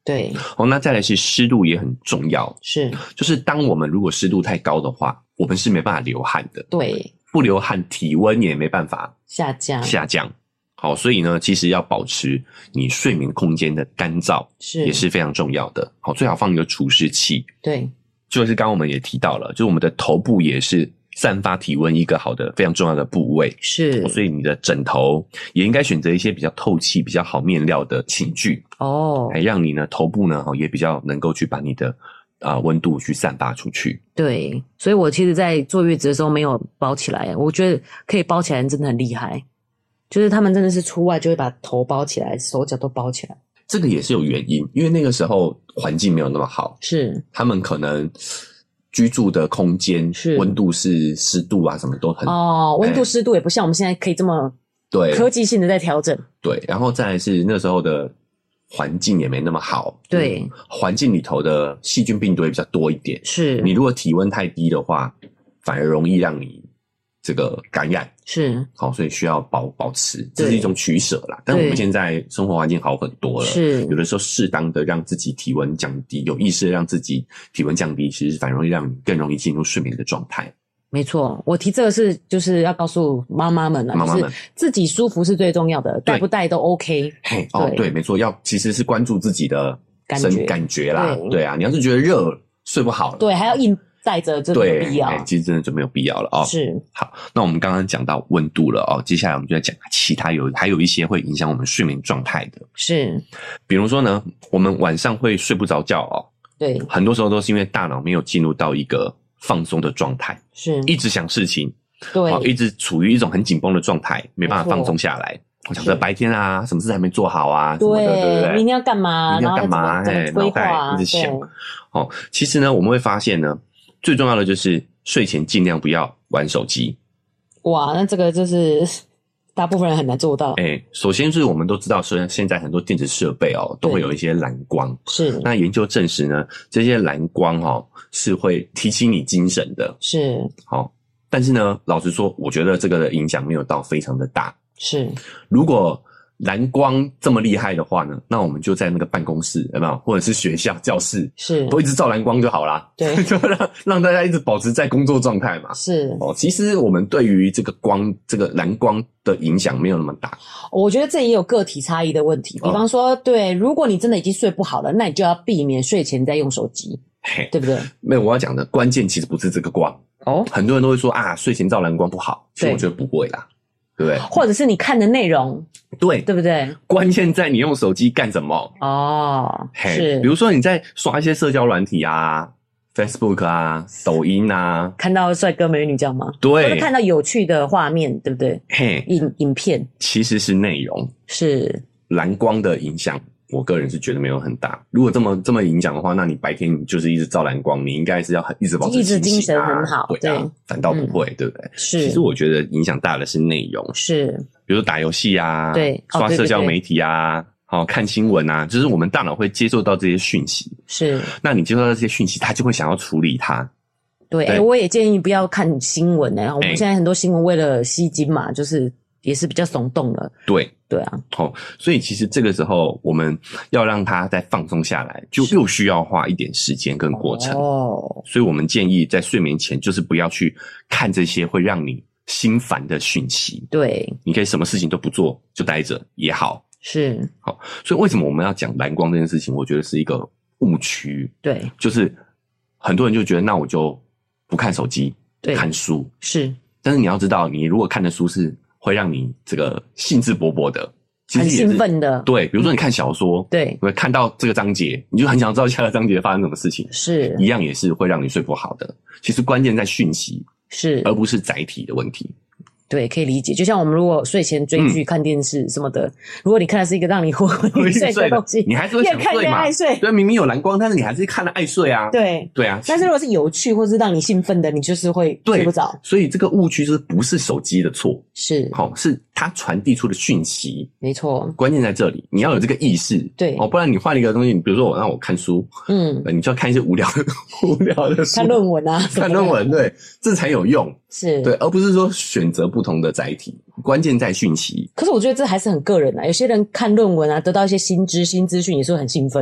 对， 那再来是湿度也很重要， 是， 就是当我们如果湿度太高的话，我们是没办法流汗的， 对， 不流汗体温也没办法下降。 好，所以呢，其实要保持你睡眠空间的干燥也是非常重要的。好，最好放一个除湿器。 对， 就是刚刚我们也提到了，就是我们的头部也是散发体温一个好的非常重要的部位。 是， 所以你的枕头也应该选择一些比较透气、比较好面料的寝具来让你呢头部呢也比较能够去把你的温度去散发出去。 对，所以我其实在坐月子的时候没有包起来，我觉得可以包起来真的很厉害。就是他们真的是出外就会把头包起来，手脚都包起来。 这个也是有原因，因为那个时候环境没有那么好， 是他们可能居住的空间温度是湿度啊什么都很温度湿度也不像我们现在可以这么科技性的在调整。 对，然后再来是那时候的环境也没那么好， 对， 环境里头的细菌病毒也比较多一点。 是你如果体温太低的话，反而容易让你这个感染。 是， 好，所以需要保持，这是一种取舍啦。但我们现在生活环境好很多了， 是有的时候适当的让自己体温降低，有意识的让自己体温降低，其实反而会让你更容易进入睡眠的状态。 没错，我提这个就是要告诉妈妈们啊，就是自己舒服是最重要的，带不带都 OK。 对，没错，其实是关注自己的感觉啦。对啊，你要是觉得热睡不好了， 对，还要硬带着，这没有必要。 其实真的就没有必要了是， 好，那我们刚刚讲到温度了接下来我们就要讲其他还有一些会影响我们睡眠状态的。 是， 比如说呢，我们晚上会睡不着觉对， 很多时候都是因为大脑没有进入到一个放松的状态， 是一直想事情， 对， 一直处于一种很紧绷的状态，没办法放松下来。我想着白天啊，什么事还没做好啊， 对， 对不对？ 明天要干嘛？ 明天要干嘛？ 规划一直想。其实呢，我们会发现呢，最重要的就是睡前尽量不要玩手机。 哇，那这个就是大部分人很难做到。 首先是我们都知道，现在很多电子设备都会有一些蓝光。 是。 那研究证实呢，这些蓝光是会提醒你精神的。 是。 但是呢，老实说，我觉得这个的影响没有到非常的大。 是。如果蓝光这么厉害的话呢，那我们就在那个办公室有没有，或者是学校教室，都一直照蓝光就好啦。 对， 就让大家一直保持在工作状态嘛。 是其实我们对于这个蓝光的影响没有那么大。 我觉得这也有个体差异的问题。比方说，对，如果你真的已经睡不好了，那你就要避免睡前再用手机，对不对？ 没有，我要讲的关键其实不是这个光很多人都会说睡前照蓝光不好，其实我觉得不会啦。对不对？或者是你看的内容，对不对？ 关键在你用手机干什么是，比如说你在刷一些社交软体啊 ，Facebook 啊，抖音啊， 看到帅哥美女这样吗？ 对， 或者看到有趣的画面，对不对？影片其实是内容， 是蓝光的影响。我个人是觉得没有很大。如果这么影响的话，那你白天你就是一直照蓝光，你应该是要一直保持精神很好， 对，反倒不会，对不对？ 是。 其实我觉得影响大的是内容， 是， 比如说打游戏啊， 对， 刷社交媒体啊，看新闻啊，就是我们大脑会接受到这些讯息， 是。 那你接受到这些讯息，它就会想要处理它。 对，我也建议不要看新闻我们现在很多新闻为了吸睛嘛，就是也是比较耸动了。对啊， 所以其实这个时候我们要让它再放松下来，就又需要花一点时间跟过程。所以我们建议在睡眠前就是不要去看这些会让你心烦的讯息。 对， 你可以什么事情都不做，就待着也好。 是。 所以为什么我们要讲蓝光这件事情？我觉得是一个误区。 对， 就是很多人就觉得那我就不看手机，看书。 是。 但是你要知道，你如果看的书是会让你这个兴致勃勃的，其实很兴奋的。 对，比如说你看小说， 对， 会看到这个章节，你就很想知道下个章节发生什么事情， 是一样也是会让你睡不好的。其实关键在讯息， 是而不是载体的问题。 对，可以理解。就像我们如果睡前追剧、看电视什么的，如果你看的是一个让你昏昏欲睡的东西， 你还是会想睡嘛， 越看越爱睡。 对，明明有蓝光，但是你还是看了爱睡啊。 对啊。 但是如果是有趣或是让你兴奋的，你就是会睡不着。 所以这个误区就是不是手机的错， 是是它传递出的讯息。 没错， 关键在这里，你要有这个意识。 对不然你换一个东西，比如说让我看书，你就要看一些无聊的书， 看论文啊， 看论文，对，这才有用。 是对，而不是说选择不同的载体，关键在讯息。 可是我觉得这还是很个人有些人看论文啊，得到一些新资讯也是会很兴奋，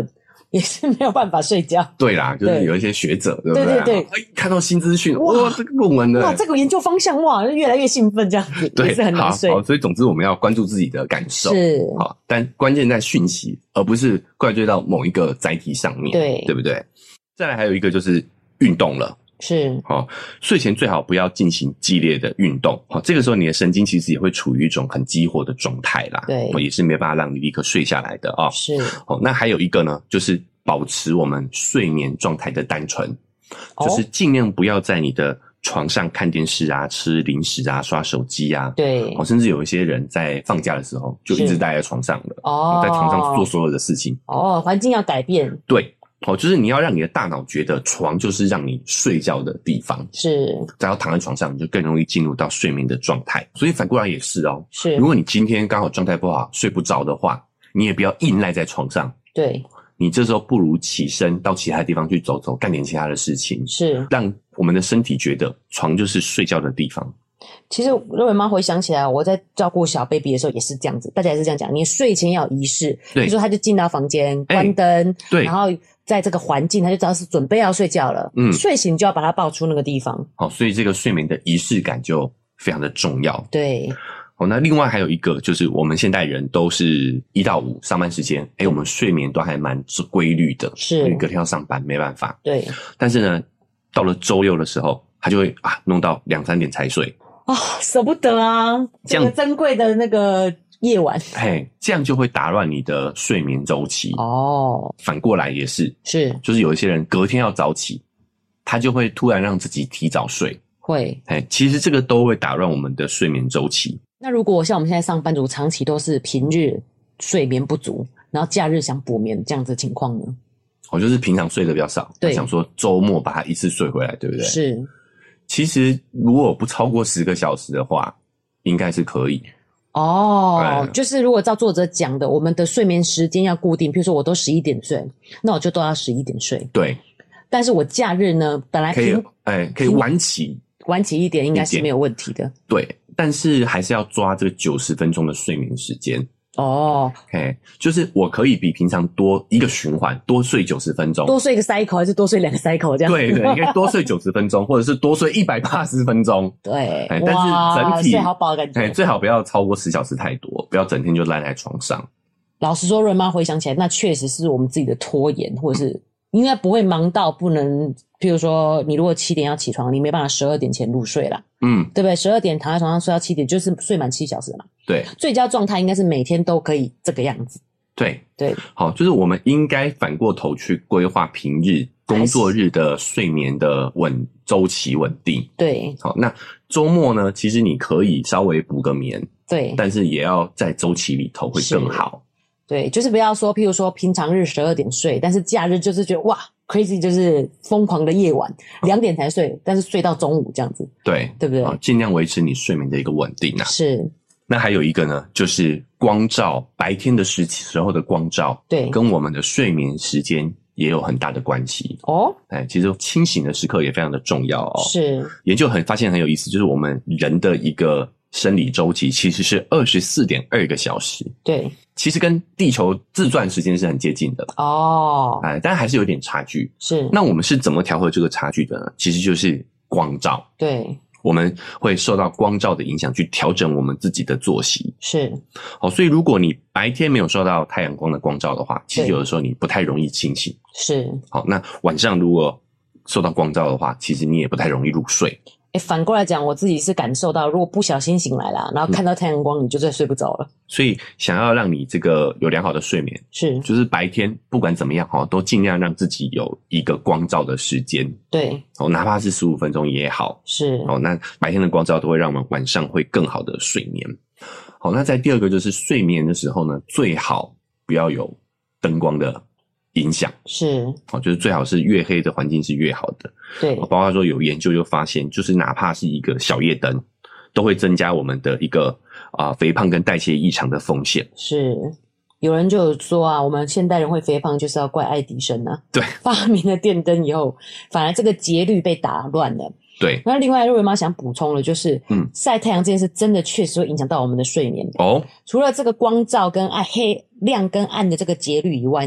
也是没有办法睡觉。 对啦，就是有一些学者，对不对？对，看到新资讯，哇，这个论文的， 哇，这个研究方向，哇，越来越兴奋，这样子， 对， 也是很难睡。 好，所以总之我们要关注自己的感受， 是好，但关键在讯息，而不是怪罪到某一个载体上面，对不对？再来还有一个就是运动了。 是， 好，睡前最好不要进行激烈的运动，好，这个时候你的神经其实也会处于一种很激活的状态啦， 对， 也是没办法让你立刻睡下来的啊。 是， 好，那还有一个呢，就是保持我们睡眠状态的单纯，就是尽量不要在你的床上看电视啊、吃零食啊、刷手机啊， 对， 甚至有一些人在放假的时候就一直待在床上了，在床上做所有的事情， 环境要改变， 对。就是你要让你的大脑觉得床就是让你睡觉的地方， 是，只要躺在床上，你就更容易进入到睡眠的状态。所以反过来也是哦， 是， 如果你今天刚好状态不好，睡不着的话，你也不要硬赖在床上， 对， 你这时候不如起身到其他地方去走走，干点其他的事情， 是，让我们的身体觉得床就是睡觉的地方。 其实瑞文妈回想起来，我在照顾小 baby 的时候也是这样子，大家也是这样讲，你睡前要有仪式，比如说他就进到房间关灯，对，然后在这个环境他就知道是准备要睡觉了，睡醒就要把他抱出那个地方。好， 所以这个睡眠的仪式感就非常的重要。 对， 好，那另外还有一个就是我们现代人都是1到5上班时间，我们睡眠都还蛮规律的， 是， 因为隔天要上班没办法。 对， 但是呢，到了周六的时候，他就会弄到2、3点才睡。 舍不得啊，这个珍贵的那个夜晚， 这样就会打乱你的睡眠周期。反过来也是，就是有一些人隔天要早起，他就会突然让自己提早睡， 会， 其实这个都会打乱我们的睡眠周期。 那如果像我们现在上班族长期都是平日睡眠不足，然后假日想补眠这样子的情况呢？ 就是平常睡得比较少，对，想说周末把它一次睡回来，对不对？ 是。 其实如果不超过10个小时的话，应该是可以。 就是如果照作者讲的，我们的睡眠时间要固定，譬如说我都11点睡，那我就都要11点睡。 对。 但是我假日呢，本来可以晚起一点，应该是没有问题的。 对，但是还是要抓这个90分钟的睡眠时间。就是我可以比平常多一个循环，多睡90分钟， 多睡一个 cycle 还是多睡2个 cycle 这样？ 对，你可以多睡90分钟，或者是多睡180分钟。 对， 但是整体睡好饱的感觉， 最好不要超过10小时太多，不要整天就赖在床上。 老实说，瑞妈回想起来，那确实是我们自己的拖延，或者是应该不会忙到不能，譬如说你如果7点要起床，你没办法12点前入睡啦，对不对？12点躺在床上睡到7点，就是睡满7小时嘛。 对， 最佳状态应该是每天都可以这个样子。 对， 好， 就是我们应该反过头去规划平日工作日的睡眠的周期稳定。对，好，那周末呢，其实你可以稍微补个眠，对，但是也要在周期里头会更好。对，就是不要说譬如说平常日12点睡，但是假日就是觉得哇 crazy， 就是疯狂的夜晚2点才睡，但是睡到中午这样子。对，对不对？尽量维持你睡眠的一个稳定啊。是。那还有一个呢，就是光照，白天的时候的光照，对，跟我们的睡眠时间也有很大的关系哦。其实清醒的时刻也非常的重要哦。是，研究发现很有意思，就是我们人的一个生理周期其实是24.2个小时。对，其实跟地球自转时间是很接近的哦。但还是有点差距。是，那我们是怎么调和这个差距的呢？其实就是光照。对。我们会受到光照的影响去调整我们自己的作息。是。好，所以如果你白天没有受到太阳光的光照的话，其实有的时候你不太容易清醒。是。好，那晚上如果受到光照的话，其实你也不太容易入睡。反过来讲，我自己是感受到，如果不小心醒来啦，然后看到太阳光，你就再睡不着了。所以想要让你这个有良好的睡眠，就是白天不管怎么样都尽量让自己有一个光照的时间。对，哪怕是15分钟也好。是。那白天的光照都会让我们晚上会更好的睡眠。好，那在第二个就是睡眠的时候呢，最好不要有灯光的影响。是。就是最好是越黑的环境是越好的。对。包括说有研究就发现，就是哪怕是一个小夜灯，都会增加我们的一个肥胖跟代谢异常的风险。是。有人就有说我们现代人会肥胖就是要怪爱迪生啊。对。发明了电灯以后，反而这个节律被打乱了。对。那另外瑞妈想补充的就是晒太阳这件事真的确实会影响到我们的睡眠。除了这个光照跟亮跟暗的这个节律以外呢，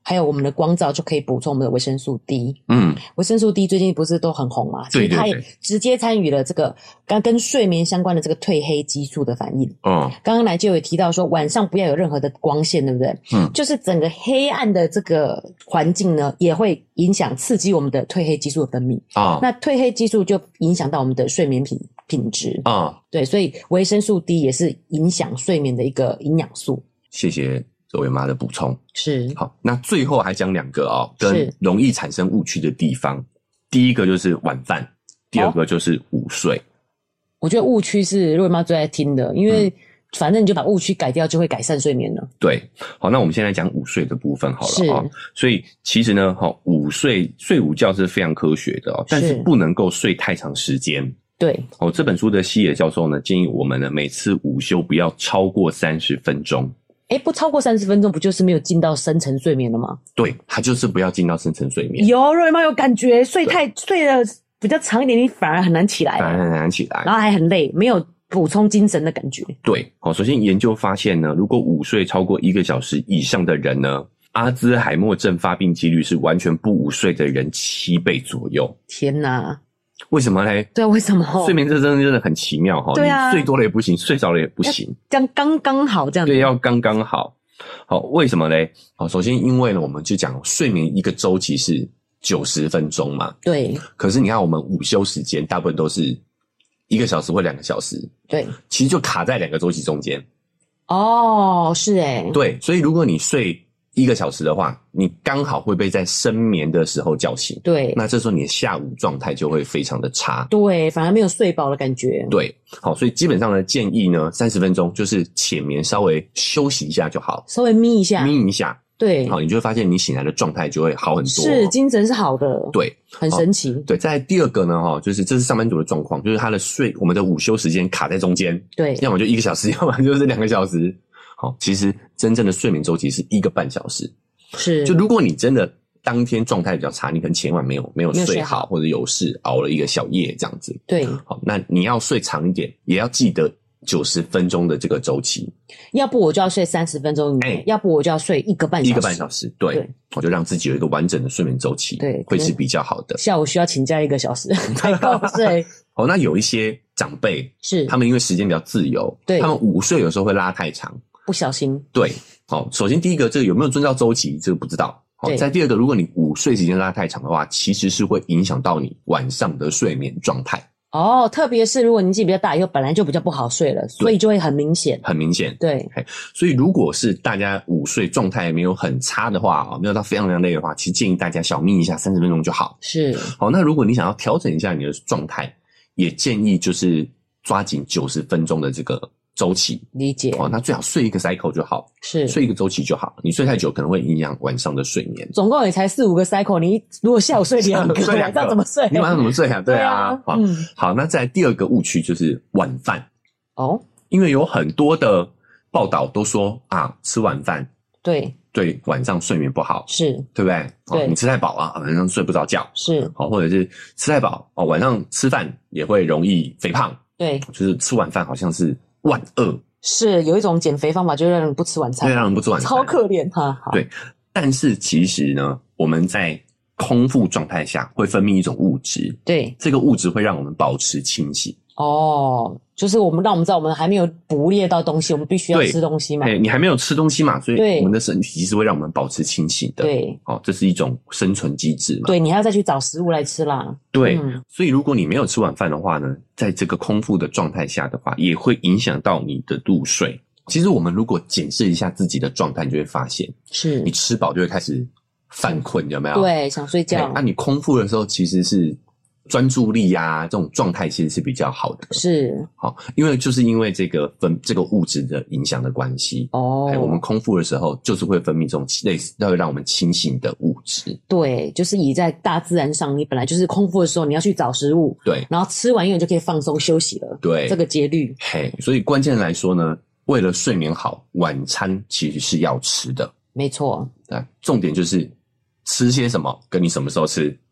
还有我们的光照就可以补充我们的维生素 D。维生素 D 最近不是都很红嘛？其实它也直接参与了这个跟睡眠相关的这个褪黑激素的反应。刚刚来就有提到说晚上不要有任何的光线，对不对？就是整个黑暗的这个环境呢，也会影响刺激我们的褪黑激素的分泌。那褪黑激素就影响到我们的睡眠品质。对，所以维生素 D 也是影响睡眠的一个营养素。 谢谢这位妈的补充。 是。 好，那最后还讲2个跟容易产生误区的地方。第一个就是晚饭，第二个就是午睡。 我觉得误区是瑞妈最爱听的，因为反正你就把误区改掉，就会改善睡眠了。 对，好，那我们现在讲午睡的部分好了。所以其实呢，午睡午觉是非常科学的但是不能够睡太长时间。 对， 这本书的西野教授呢，建议我们呢每次午休不要超过30分钟。 不超过30分钟，不就是没有进到深层睡眠了吗？ 对，它就是不要进到深层睡眠。 有，瑞妈有感觉，睡得比较长一点，你反而很难起来，然后还很累，没有补充精神的感觉。 对，首先研究发现呢，如果午睡超过1个小时以上的人呢，阿兹海默症发病几率是完全不午睡的人7倍左右。 天哪！ 为什么呢？ 对啊，为什么？ 睡眠这真的很奇妙对啊， 你睡多了也不行，睡少了也不行， 这样刚刚好这样子。 对，要刚刚好。好，为什么呢？首先因为呢，我们就讲睡眠一个周期是90分钟嘛。对。可是你看我们午休时间大部分都是1个小时或2个小时。对。其实就卡在2个周期中间。是耶。对，所以如果你睡1个小时的话，你刚好会被在深眠的时候叫醒。对，那这时候你的下午状态就会非常的差。对，反而没有睡饱的感觉。对，好，所以基本上呢，建议呢30分钟就是浅眠，稍微休息一下就好，稍微眯一下。对，好，你就会发现你醒来的状态就会好很多，是精神是好的。对，很神奇。对，再来第二个呢，就是这是上班族的状况，就是他的我们的午休时间卡在中间。对，要么就1个小时，要么就是2个小时。好，其实真正的睡眠周期是1个半小时。是，就如果你真的当天状态比较差，你可能前晚没有睡好，或者有事熬了一个小夜这样子。对，好，那你要睡长一点，也要记得90分钟的这个周期。要不我就要睡30分钟以内，要不我就要睡1个半小时。1个半小时，对，我就让自己有一个完整的睡眠周期，对，会是比较好的。下午需要请假1个小时才够睡。好，那有一些长辈是他们因为时间比较自由，对，他们午睡有时候会拉太长。不小心。对，好，首先第一个，这个有没有遵照周期，这个不知道。好，再第二个，如果你午睡时间拉太长的话，其实是会影响到你晚上的睡眠状态。特别是如果年纪比较大，以后本来就比较不好睡了，所以就会很明显。很明显。对，所以如果是大家午睡状态没有很差的话，没有到非常非常累的话，其实建议大家小眯一下30分钟就好。是。好，那如果你想要调整一下你的状态，也建议就是抓紧90分钟的这个周期。理解。那最好睡1个 cycle 就好，是睡1个周期就好。你睡太久可能会影响晚上的睡眠。总共也才4-5个 cycle， 你如果下午睡2个，晚上怎么睡？你晚上怎么睡啊？对啊。好，那再来第二个误区就是晚饭。因为有很多的报道都说吃晚饭对晚上睡眠不好，是，对不对？对，你吃太饱晚上睡不着觉，是。或者是吃太饱晚上吃饭也会容易肥胖。对，就是吃晚饭好像是万恶，是有一种减肥方法，就是让人不吃晚餐，对，让人不吃晚餐，超可怜哈。对，但是其实呢，我们在空腹状态下会分泌一种物质，对，这个物质会让我们保持清醒。就是让我们知道我们还没有捕猎到东西，我们必须要吃东西嘛。你还没有吃东西嘛，所以我们的身体其实会让我们保持清醒的。对，这是一种生存机制嘛。对，你还要再去找食物来吃啦。对，所以如果你没有吃晚饭的话呢，在这个空腹的状态下的话，也会影响到你的入睡。其实我们如果检视一下自己的状态，你就会发现，是你吃饱就会开始犯困，有没有？对，想睡觉。你空腹的时候其实是专注力这种状态其实是比较好的。是。好，因为这个物质的影响的关系。我们空腹的时候就是会分泌这种类似会让我们清醒的物质。对，就是以在大自然上，你本来就是空腹的时候你要去找食物。对。然后吃完以后你就可以放松休息了。对。这个节律。所以关键来说呢，为了睡眠好，晚餐其实是要吃的。没错。重点就是吃些什么，跟你什么时候吃。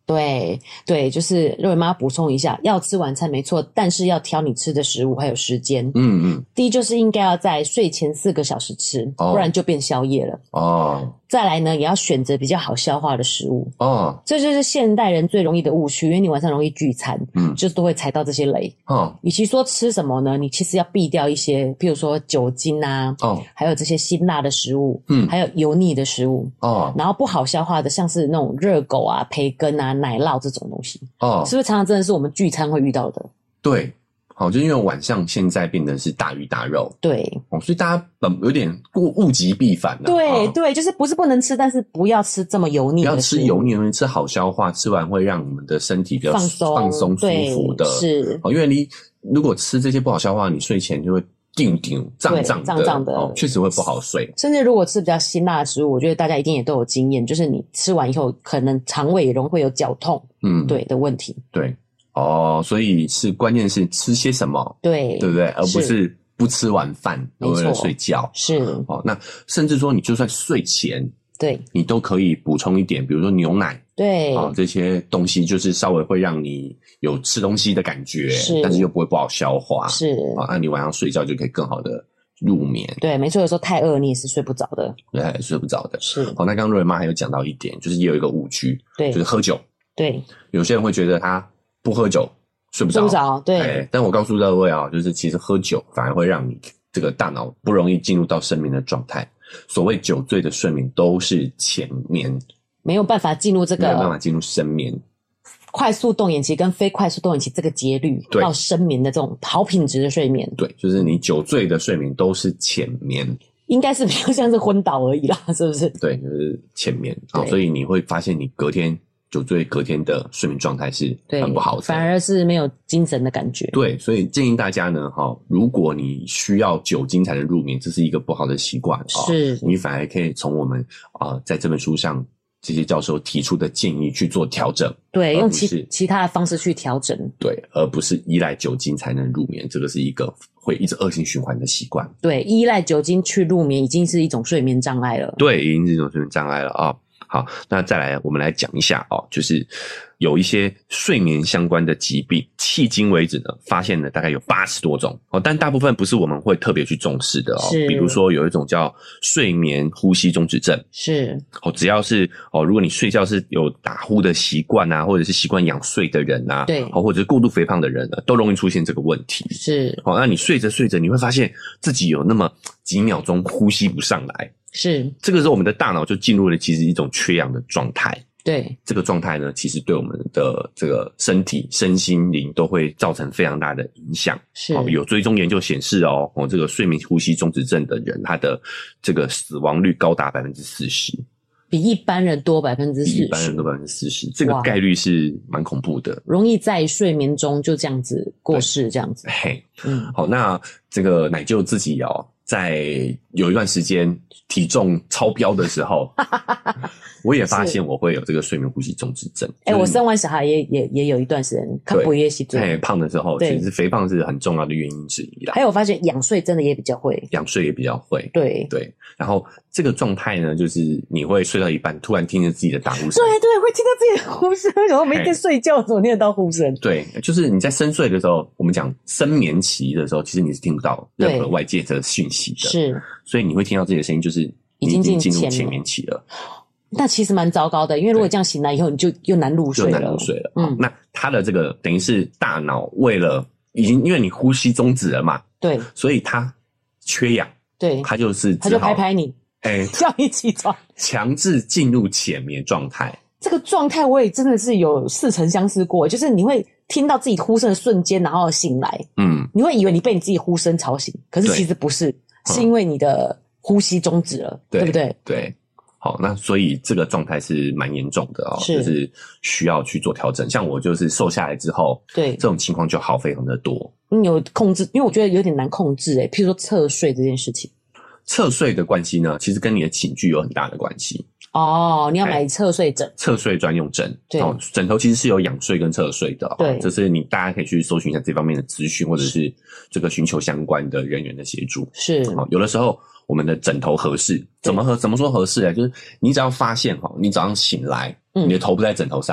对对，就是肉圆妈补充一下，要吃晚餐没错，但是要挑你吃的食物还有时间。第一就是应该要在睡前4个小时吃，不然就变宵夜了。再来呢，也要选择比较好消化的食物。这就是现代人最容易的误区，因为你晚上容易聚餐，就是都会踩到这些雷。与其说吃什么呢，你其实要避掉一些，譬如说酒精啊，还有这些辛辣的食物，还有油腻的食物，然后不好消化的，像是那种热狗啊、培根啊、奶酪这种东西，是不是常常真的是我们聚餐会遇到的？ 对。好，就因为晚上现在变得是大鱼大肉， 对， 所以大家有点物极必反对对，就是不是不能吃，但是不要吃这么油腻的， 不要吃油腻的东西，吃好消化，吃完会让我们的身体比较放松舒服的。是，因为你如果吃这些不好消化，你睡前就会胀胀的，确实会不好睡。 甚至如果吃比较辛辣的食物，我觉得大家一定也都有经验，就是你吃完以后，可能肠胃也容易会有绞痛，对的问题。 对。所以关键是吃些什么，对不对？而不是不吃晚饭为了睡觉。是。那甚至说你就算睡前，对，你都可以补充一点，比如说牛奶，对，这些东西就是稍微会让你有吃东西的感觉，但是又不会不好消化。是。那你晚上睡觉就可以更好的入眠。 对，没错，有时候太饿你也是睡不着的。 对，睡不着的。是。那刚刚瑞妈还有讲到一点，就是也有一个误区，对，就是喝酒。对。有些人会觉得他不喝酒睡不着，对。但我告诉各位就是其实喝酒反而会让你这个大脑不容易进入到深眠的状态。所谓酒醉的睡眠都是浅眠， 没有办法进入这个， 没有办法进入深眠。 快速动眼期跟非快速动眼期这个节律到深眠的这种好品质的睡眠， 对，就是你酒醉的睡眠都是浅眠， 应该是比较像是昏倒而已啦，是不是？ 对，就是浅眠。所以你会发现你酒醉隔天的睡眠状态是很不好的， 反而是没有精神的感觉。 对，所以建议大家呢，如果你需要酒精才能入眠，这是一个不好的习惯。是，你反而可以从我们在这本书上这些教授提出的建议去做调整。 对，用其他的方式去调整。 对，而不是依赖酒精才能入眠，这个是一个会一直恶性循环的习惯。 对，依赖酒精去入眠已经是一种睡眠障碍了。 对，已经是一种睡眠障碍了好，那再来我们来讲一下就是有一些睡眠相关的疾病，迄今为止呢发现了大概有80多种但大部分不是我们会特别去重视的比如说有一种叫睡眠呼吸中止症，是只要是如果你睡觉是有打呼的习惯啊，或者是习惯仰睡的人啊，对，或者是过度肥胖的人呢，都容易出现这个问题。是那你睡着睡着你会发现自己有那么几秒钟呼吸不上来，是这个时候我们的大脑就进入了其实一种缺氧的状态。对，这个状态呢其实对我们的这个身体身心灵都会造成非常大的影响。是有追踪研究显示这个睡眠呼吸中止症的人他的这个死亡率高达 40%， 比一般人多 40%， 比一般人多 40%， 这个概率是蛮恐怖的， 容易在睡眠中就这样子过世这样子。 好，那这个乃就自己在有一段时间体重超标的时候我也发现我会有这个睡眠呼吸中止症。 我生完小孩也有一段时间看不夜习最胖的时候，其实肥胖是很重要的原因之一啦。 还有我发现仰睡真的也比较会， 仰睡也比较会。对，然后这个状态呢，就是你会睡到一半突然听见自己的打呼声。 对，会听到自己的呼声，然后每天睡觉的时候听得到呼声。对， 就是你在深睡的时候，我们讲深眠期的时候，其实你是听不到任何外界的讯息的。是，所以你会听到自己的声音，就是你已经进入浅眠期了。 那其实蛮糟糕的，因为如果这样醒来以后，你就又难入睡了。 那他的这个等于是大脑为了因为你呼吸终止了嘛，对，所以他缺氧，对，他就拍拍你，叫你起床， 强制进入浅眠状态。 这个状态我也真的是有似曾相识过，就是你会听到自己呼声的瞬间，然后醒来，你会以为你被你自己呼声吵醒，可是其实不是，是因为你的呼吸终止了，对不对？对。 好，那所以这个状态是蛮严重的就是需要去做调整。像我就是瘦下来之后，对这种情况就好非常的多。 你有控制？因为我觉得有点难控制譬如说侧睡这件事情。 侧睡的关系呢，其实跟你的寝具有很大的关系。 你要买侧睡枕， 侧睡专用枕。对，枕头其实是有仰睡跟侧睡的。对，这是大家可以去搜寻一下这方面的资讯，或者是这个寻求相关的人员的协助。是，有的时候我们的枕头合适，怎么说合适就是你只要发现你早上醒来，你的头不在枕头上，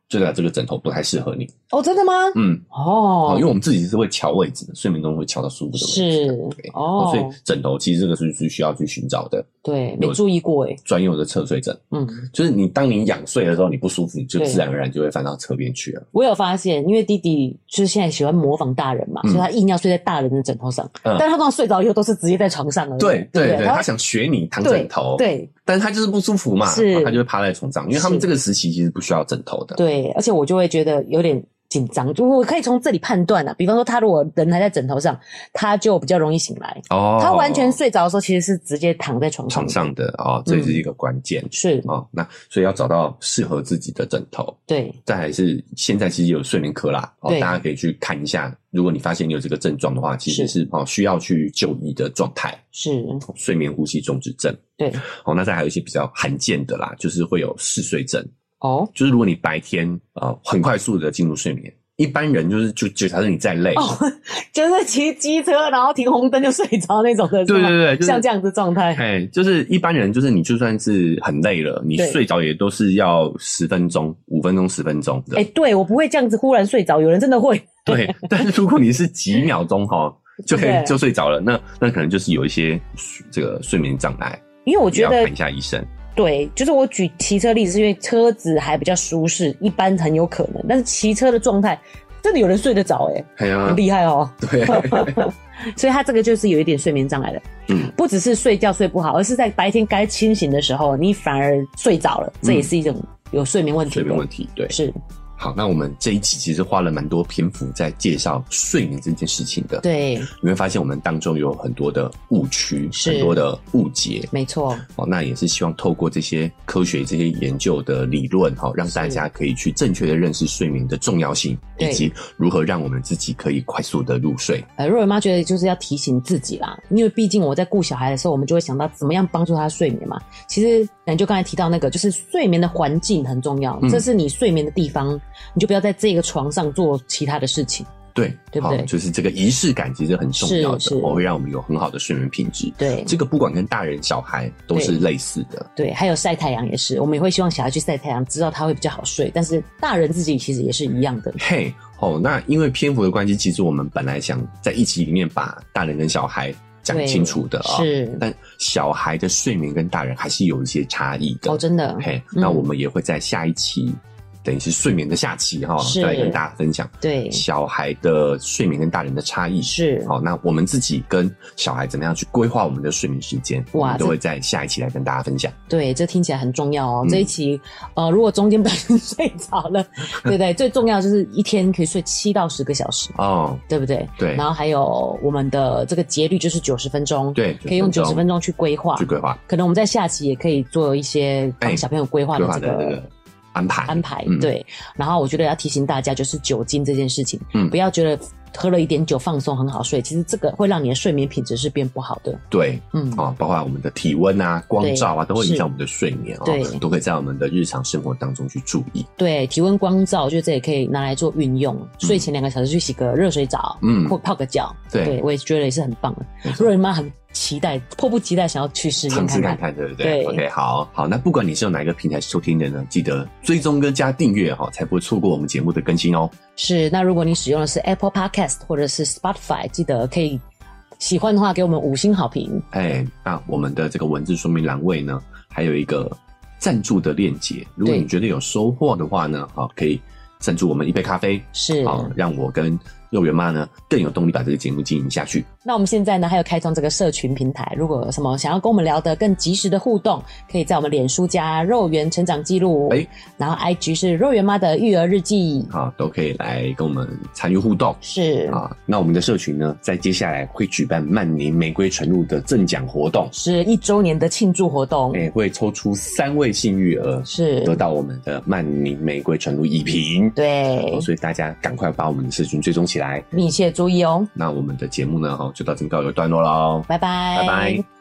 就代表这个枕头不太适合你。 哦，真的吗？ 因为我们自己是会调位置的，睡眠中会调到舒服的位置。 是所以枕头其实这个是需要去寻找的。 对，没注意过专用的侧睡枕。就是当你仰睡的时候，你不舒服，你就自然而然就会翻到侧边去了。 我有发现，因为弟弟就是现在喜欢模仿大人嘛，所以他硬要睡在大人的枕头上，但他通常睡着以后都是直接在床上了。 对，他想学你躺枕头， 对， 但是他就是不舒服嘛，他就会趴在床上，因为他们这个时期其实不需要枕头的。 对，而且我就会觉得有点紧张，就我可以从这里判断比方说他如果人还在枕头上，他就比较容易醒来。他完全睡着的时候其实是直接躺在床上的这也是一个关键。 是那所以要找到适合自己的枕头。对，再来是现在其实有睡眠科啦，大家可以去看一下，如果你发现你有这个症状的话，其实是需要去就医的状态。是睡眠呼吸中止症。对，那再还有一些比较罕见的啦，就是会有嗜睡症。就是如果你白天很快速的进入睡眠，一般人就假设你再累， 就是骑机车然后停红灯就睡着那种的。 对， 像这样子状态。 就是一般人，就是你就算是很累了，你睡着也都是要10分钟、5分钟、10分钟的。对， 我不会这样子忽然睡着，有人真的会。 对，但是如果你是几秒钟就睡着了，那可能就是有一些这个睡眠障碍， 因为我觉得要看一下医生。 对，就是我举骑车例子是因为车子还比较舒适，一般很有可能，但是骑车的状态真的有人睡得着很厉害对所以他这个就是有一点睡眠障碍的。不只是睡觉睡不好，而是在白天该清醒的时候你反而睡着了，这也是一种有睡眠问题的。 睡眠问题，对， 是。 好，那我们这一期其实花了蛮多篇幅在介绍睡眠这件事情的。 对， 你会发现我们当中有很多的误区，很多的误解。 没错。 那也是希望透过这些科学、这些研究的理论，让大家可以去正确的认识睡眠的重要性，以及如何让我们自己可以快速的入睡。 若文妈觉得就是要提醒自己啦，因为毕竟我在顾小孩的时候，我们就会想到怎么样帮助他睡眠嘛。其实你就刚才提到那个，就是睡眠的环境很重要，这是你睡眠的地方。你就不要在这个床上做其他的事情。 对， 对不对？ 就是这个仪式感其实很重要的，会让我们有很好的睡眠品质。对，这个不管跟大人小孩都是类似的。对， 还有晒太阳也是，我们也会希望小孩去晒太阳，知道他会比较好睡。但是大人自己其实也是一样的。 那因为篇幅的关系，其实我们本来想在一集里面把大人跟小孩讲清楚的是，但小孩的睡眠跟大人还是有一些差异的。 真的。 那我们也会在下一期。等于是睡眠的下期再来跟大家分享对小孩的睡眠跟大人的差异是那我们自己跟小孩怎么样去规划我们的睡眠时间，我们都会在下一期来跟大家分享。 对，这听起来很重要这一期如果中间不小心睡着了对不对？最重要就是一天可以睡7到10个小时对不对？对。然后还有我们的这个节律就是90分钟，对，可以用90分钟去规划。可能我们在下期也可以做一些帮小朋友规划的这个安排对。然后我觉得要提醒大家，就是酒精这件事情，不要觉得喝了一点酒放松很好睡，其实这个会让你的睡眠品质是变不好的。对，包括我们的体温啊、光照啊，都会影响我们的睡眠对，都可以在我们的日常生活当中去注意。对，体温、光照，我觉得这也可以拿来做运用。睡前2个小时去洗个热水澡，或泡个脚，对，我也觉得也是很棒的。若云妈很期待，迫不及待想要去试验看看，对不对？对 ，OK， 好，那不管你是用哪一个平台收听的呢，记得追踪跟加订阅才不会错过我们节目的更新哦。是，那如果你使用的是 Apple Podcast 或者是 Spotify， 记得可以喜欢的话给我们5星好评。那我们的这个文字说明栏位呢，还有一个赞助的链接，如果你觉得有收获的话呢，可以赞助我们一杯咖啡，是让我跟肉圆妈呢更有动力把这个节目经营下去。那我们现在呢还有开创这个社群平台，如果有什么想要跟我们聊的更及时的互动，可以在我们脸书加肉圆成长记录，然后 IG 是肉圆妈的育儿日记，都可以来跟我们参与互动。是那我们的社群呢在接下来会举办曼宁玫瑰纯露的赠奖活动，是1周年的庆祝活动，会抽出3位幸运儿，是得到我们的曼宁玫瑰纯露1瓶。对，所以大家赶快把我们的社群追踪起来，密切注意哦。那我们的节目呢就到这边告一个段落咯，拜拜，拜拜。